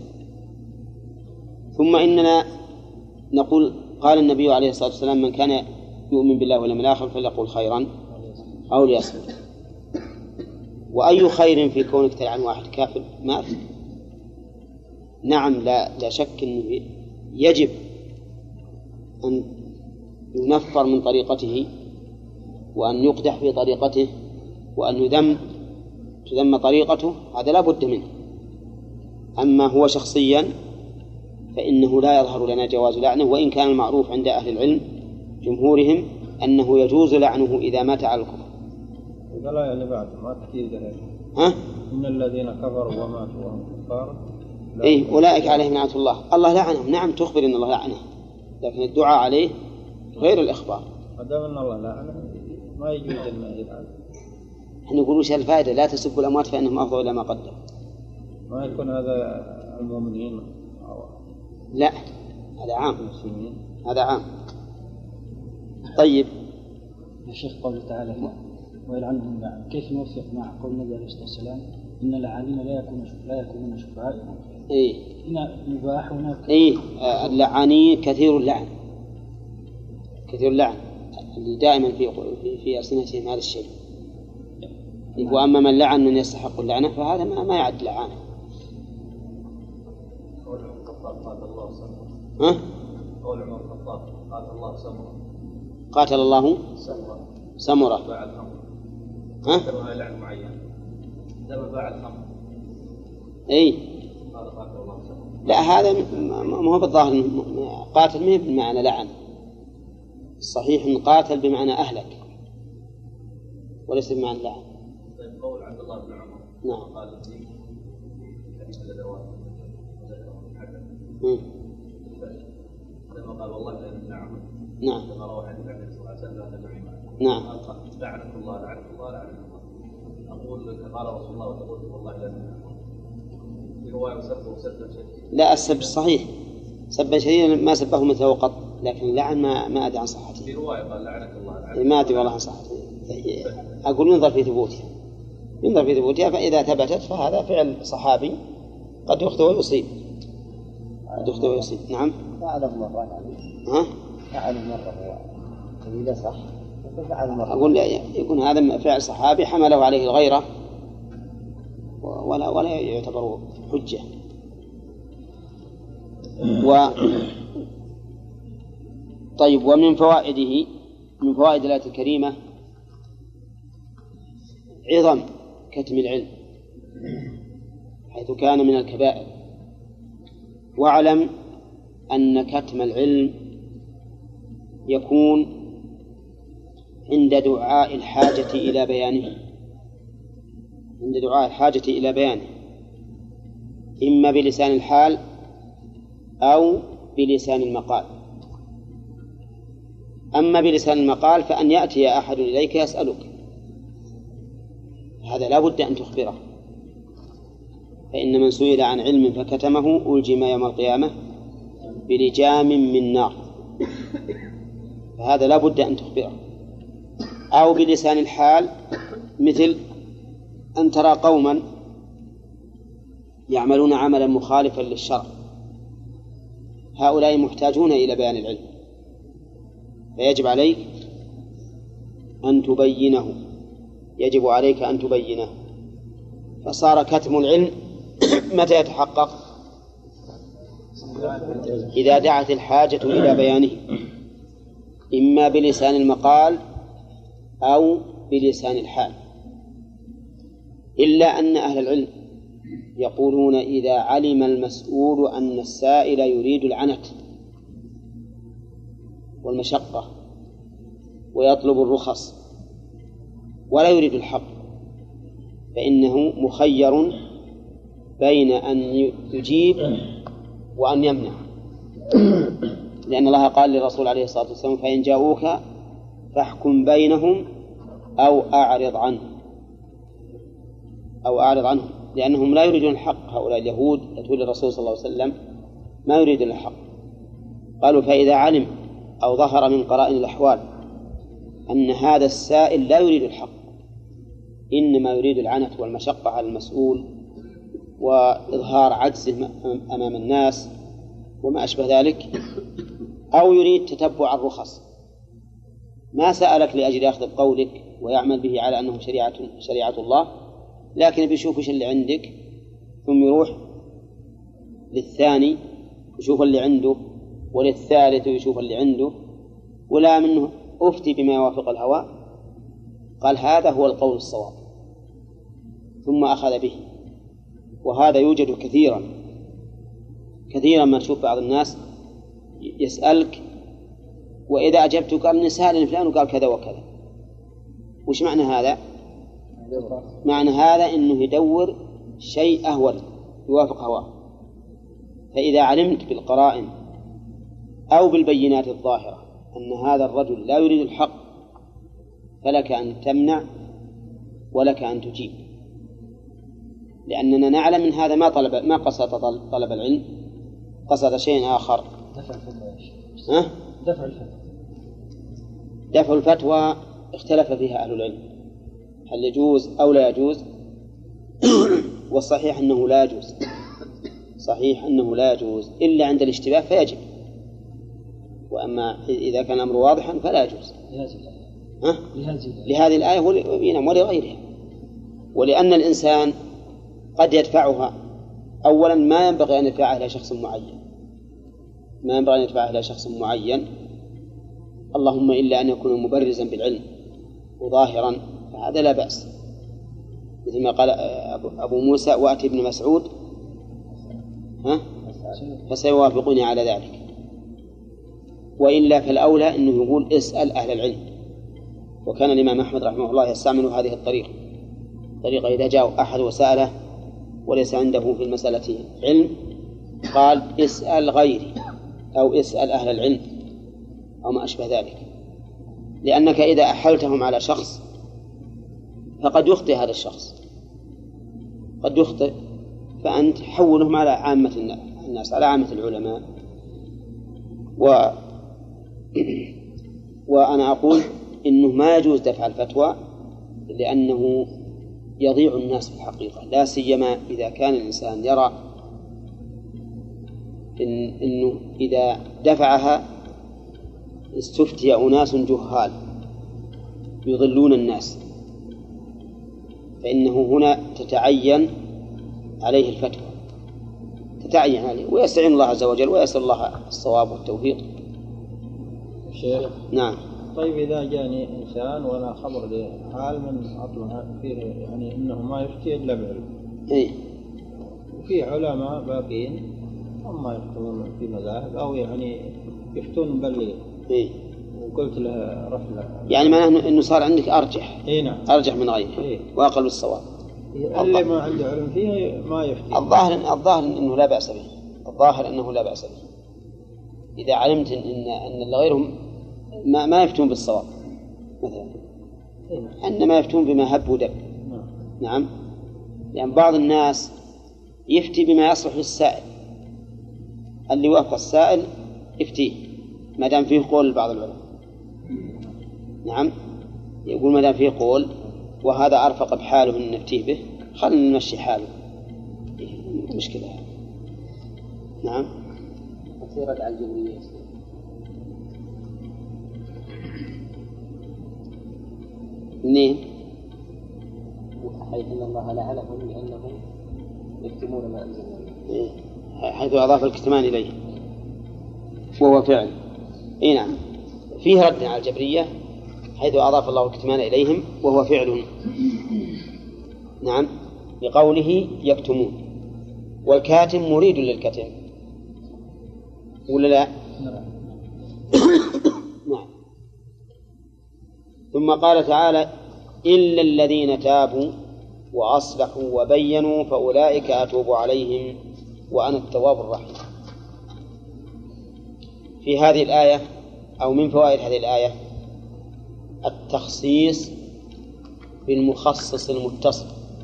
ثم إننا نقول قال النبي عليه الصلاة والسلام من كان يؤمن بالله واليوم الآخر فليقل خيرا أو ليصمت. وأي خير في كونك تلعن واحد كافر؟ ما في. نعم، لا, لا شك أنه يجب أن ينفر من طريقته وأن يقدح في طريقته وأن يذم تذم طريقته، هذا لا بد منه. أما هو شخصيا فإنه لا يظهر لنا جواز لعنه، وإن كان المعروف عند أهل العلم جمهورهم أنه يجوز لعنه إذا مات على الكفر. إذا لا يعني بعد ما تكيد ها؟ إن الذين كفروا وماتوا وهم كفار إيه أولئك عليهم لعنة الله. الله لعنهم، نعم تخبر أن الله لعنه، لكن الدعاء عليه غير الإخبار. ما دام أن الله لعنه ما يجوز أن يلعن. احنا نقول وش الفائدة؟ لا تسبوا الأموات فإنهم أفضوا إلى ما قدم. ما يكون هذا المؤمنين أو لا، هذا عام. المسلمين. هذا عام. طيب يا شيخ قوله تعالى ويلعنهم لعن، كيف نوفق مع قول النبي عليه الصلاة والسلام إن اللاعنين لا يكونون لا يكونون شفعاء؟ إيه هنا مباح هناك. إيه اللعانين كثير اللعن كثير اللعن اللي دائما في في, في ألسنتهم هذا الشيء. وأما من لعن من يستحق اللعنة فهذا ما ما يعد لعانه. قول عمر الخطاب قاتل الله سمرة. ها؟ قول عمر الخطاب قاتل الله سمرة. قاتل الله سمرة. سمرة. باع الخمر. ها؟ كما لعن معين. لما باع الخمر. إيه. قال قاتل الله سمرة. لا، هذا ما هو بالظاهر قاتل منه بمعنى لعن. الصحيح إن قاتل بمعنى أهلك وليس بمعنى لعن. طيب قول عبد الله بن عمر. نعم. قال الدين كلمة الأدوات وذكره الحكم. لما قال والله لا نعم. نعم. لما روى حديث النبي صلى الله عليه وسلم لا تدعي معه. نعم. لعنك الله لعنك الله لعنك الله. أقول لك قال رسول الله وتقول والله لا نعم. في رواية وسبه وسبه شديد. لا، السب صحيح، سبا شديدا ما سبه مثله قط، لكن لعن ما ما أدري عن صحته. في رواية قال لعنك الله لعنك. ما أدري والله عن صحته. أقول ينظر في ثبوتها ينظر في ثبوتها فإذا ثبتت فهذا فعل صحابي قد يخطئ ويصيب قد يخطئ ويصيب. نعم. فعله مرة يعني. ها؟ فعله مرة إذا صح فعله مرة. أقول يكون هذا فعل صحابي حمله عليه الغيرة ولا ولا يعتبر حجة. و طيب ومن فوائده من فوائد الآية الكريمة عظم كتم العلم حيث كان من الكبائر. واعلم أن كتم العلم يكون عند دعاء الحاجة إلى بيانه عند دعاء الحاجة إلى بيانه إما بلسان الحال أو بلسان المقال. أما بلسان المقال فأن يأتي أحد إليك يسألك، هذا لا بد أن تخبره، فإن من سئل عن علم فكتمه ألجم يوم القيامة بلجام من نار، فهذا لا بد أن تخبره. أو بلسان الحال مثل أن ترى قوما يعملون عملا مخالفا للشرع، هؤلاء محتاجون إلى بيان العلم، فيجب عليك أن تبينه يجب عليك أن تبينه. فصار كتم العلم متى يتحقق؟ إذا دعت الحاجة إلى بيانه إما بلسان المقال أو بلسان الحال. إلا أن أهل العلم يقولون إذا علم المسؤول أن السائل يريد العنت والمشقة ويطلب الرخص ولا يريد الحق فإنه مخير بين أن يجيب وأن يمنع، لأن الله قال للرسول عليه الصلاة والسلام فإن جاءوك فاحكم بينهم أو أعرض عنهم أو أعرض عنهم لأنهم لا يريدون الحق. هؤلاء اليهود يتولى الرسول صلى الله عليه وسلم ما يريدون الحق. قالوا فإذا علم أو ظهر من قرائن الأحوال أن هذا السائل لا يريد الحق إنما يريد العنت والمشقة على المسؤول وإظهار عجزه أمام الناس وما أشبه ذلك، أو يريد تتبع الرخص، ما سألك لأجل أخذ بقولك ويعمل به على أنه شريعة, شريعة الله، لكن بيشوف إيش اللي عندك ثم يروح للثاني يشوف اللي عنده وللثالث يشوف اللي عنده ولا منه أفتي بما يوافق الهوى. قال هذا هو القول الصواب ثم أخذ به. وهذا يوجد كثيرا كثيرا ما تشوف بعض الناس يسألك وإذا أجبت قال نسأل فلان وقال كذا وكذا. وش معنى هذا؟ معنى هذا إنه يدور شيء أهول يوافق هواه. فإذا علمت بالقرائن أو بالبينات الظاهرة أن هذا الرجل لا يريد الحق فلك أن تمنع ولك أن تجيب، لأننا نعلم من هذا ما طلب ما قصد طلب العلم، قصد شيء آخر. دفع الفتوى. ها؟ دفع الفتوى. دفع الفتوى اختلف فيها أهل العلم هل يجوز أو لا يجوز. والصحيح أنه لا يجوز، صحيح أنه لا يجوز إلا عند الاشتباه فيجب، وأما إذا كان الأمر واضحا فلا يجوز. ها؟ لهذه الآية ولغيرها. ولأن الإنسان قد يدفعها أولا ما ينبغي أن يدفعها إلى شخص معين ما ينبغي أن يدفعها إلى شخص معين اللهم إلا أن يكون مبرزا بالعلم وظاهرا فهذا لا بأس، مثل ما قال أبو موسى وأتي ابن مسعود ها؟ فسيوافقوني على ذلك. وإلا فالأولى أنه يقول اسأل أهل العلم. وكان الإمام أحمد رحمه الله يستعمل هذه الطريقة طريقة إذا جاء أحد وسأله وليس عنده في المسألة علم قال اسأل غيري أو اسأل أهل العلم أو ما أشبه ذلك، لأنك إذا أحلتهم على شخص فقد يخطئ هذا الشخص قد يخطئ فأنت حولهم على عامة الناس على عامة العلماء. و... وأنا أقول إنه ما يجوز دفع الفتوى لأنه يضيع الناس في الحقيقة، لا سيما إذا كان الإنسان يرى إن إنه إذا دفعها استفتي أناس جهال يضلون الناس، فإنه هنا تتعين عليه الفتوى، تتعين عليه ويستعين الله عز وجل ويسأل الله الصواب والتوفيق. شيخ نعم. طيب إذا جاني إنسان وأنا خبر لحال من أطلع فيه يعني إنه ما يفتي إلا بعلم، إيه؟ وفي علماء باقين هم ما يفتون في مذاهب أو يعني يفتون بل إيه؟ وقلت له رفله يعني معناه إنه صار عندك أرجح. إيه نعم. أرجح من غيره. إيه؟ وأقل بالصواب. اللي ما عنده علم فيه ما يفتي. الظاهر الظاهر إنه لا بأس به، الظاهر أنه لا بأس به إذا علمت إن أن غيرهم ما ما يفتون بالصواب مثلا، إنما يفتون بما هب ودب. نعم. يعني بعض الناس يفتي بما يصلح للسائل، اللي وافق السائل يفتيه ما دام فيه قول بعض العلماء. نعم. يقول ما دام فيه قول وهذا أرفق بحاله من نفتيه به خلنا نمشي حاله، مشكلة. نعم. أثيرت على الجبرية منين؟ حيث أن الله لعنهم لأنهم يكتمون ما أنزل الله. إيه؟ حيث أضاف الكتمان إليه وهو فعل. إيه نعم، فيه رد على الجبرية حيث أضاف الله الكتمان إليهم وهو فعل. نعم، بقوله يكتمون، والكاتم مريد للكتم ولا لا؟ نعم. ثم قال تعالى إلا الذين تابوا وأصلحوا وبينوا فأولئك أتوب عليهم وأنا التواب الرحيم. في هذه الآية أو من فوائد هذه الآية التخصيص بالمخصص المتصل.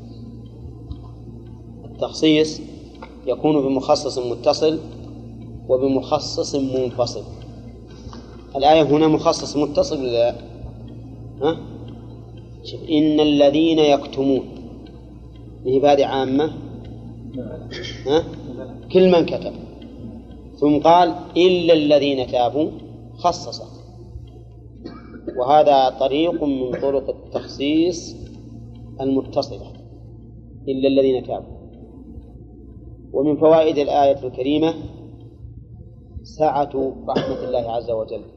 التخصيص يكون بمخصص متصل وبمخصص منفصل. الآية هنا مخصص متصل ولا ها؟ شوف إن الذين يكتمون هي هذه عامة ها؟ كل من كتب، ثم قال إلا الذين تابوا خصصا، وهذا طريق من طرق التخصيص المتصلة إلا الذين تابوا. ومن فوائد الآية الكريمة سعة رحمة الله عز وجل،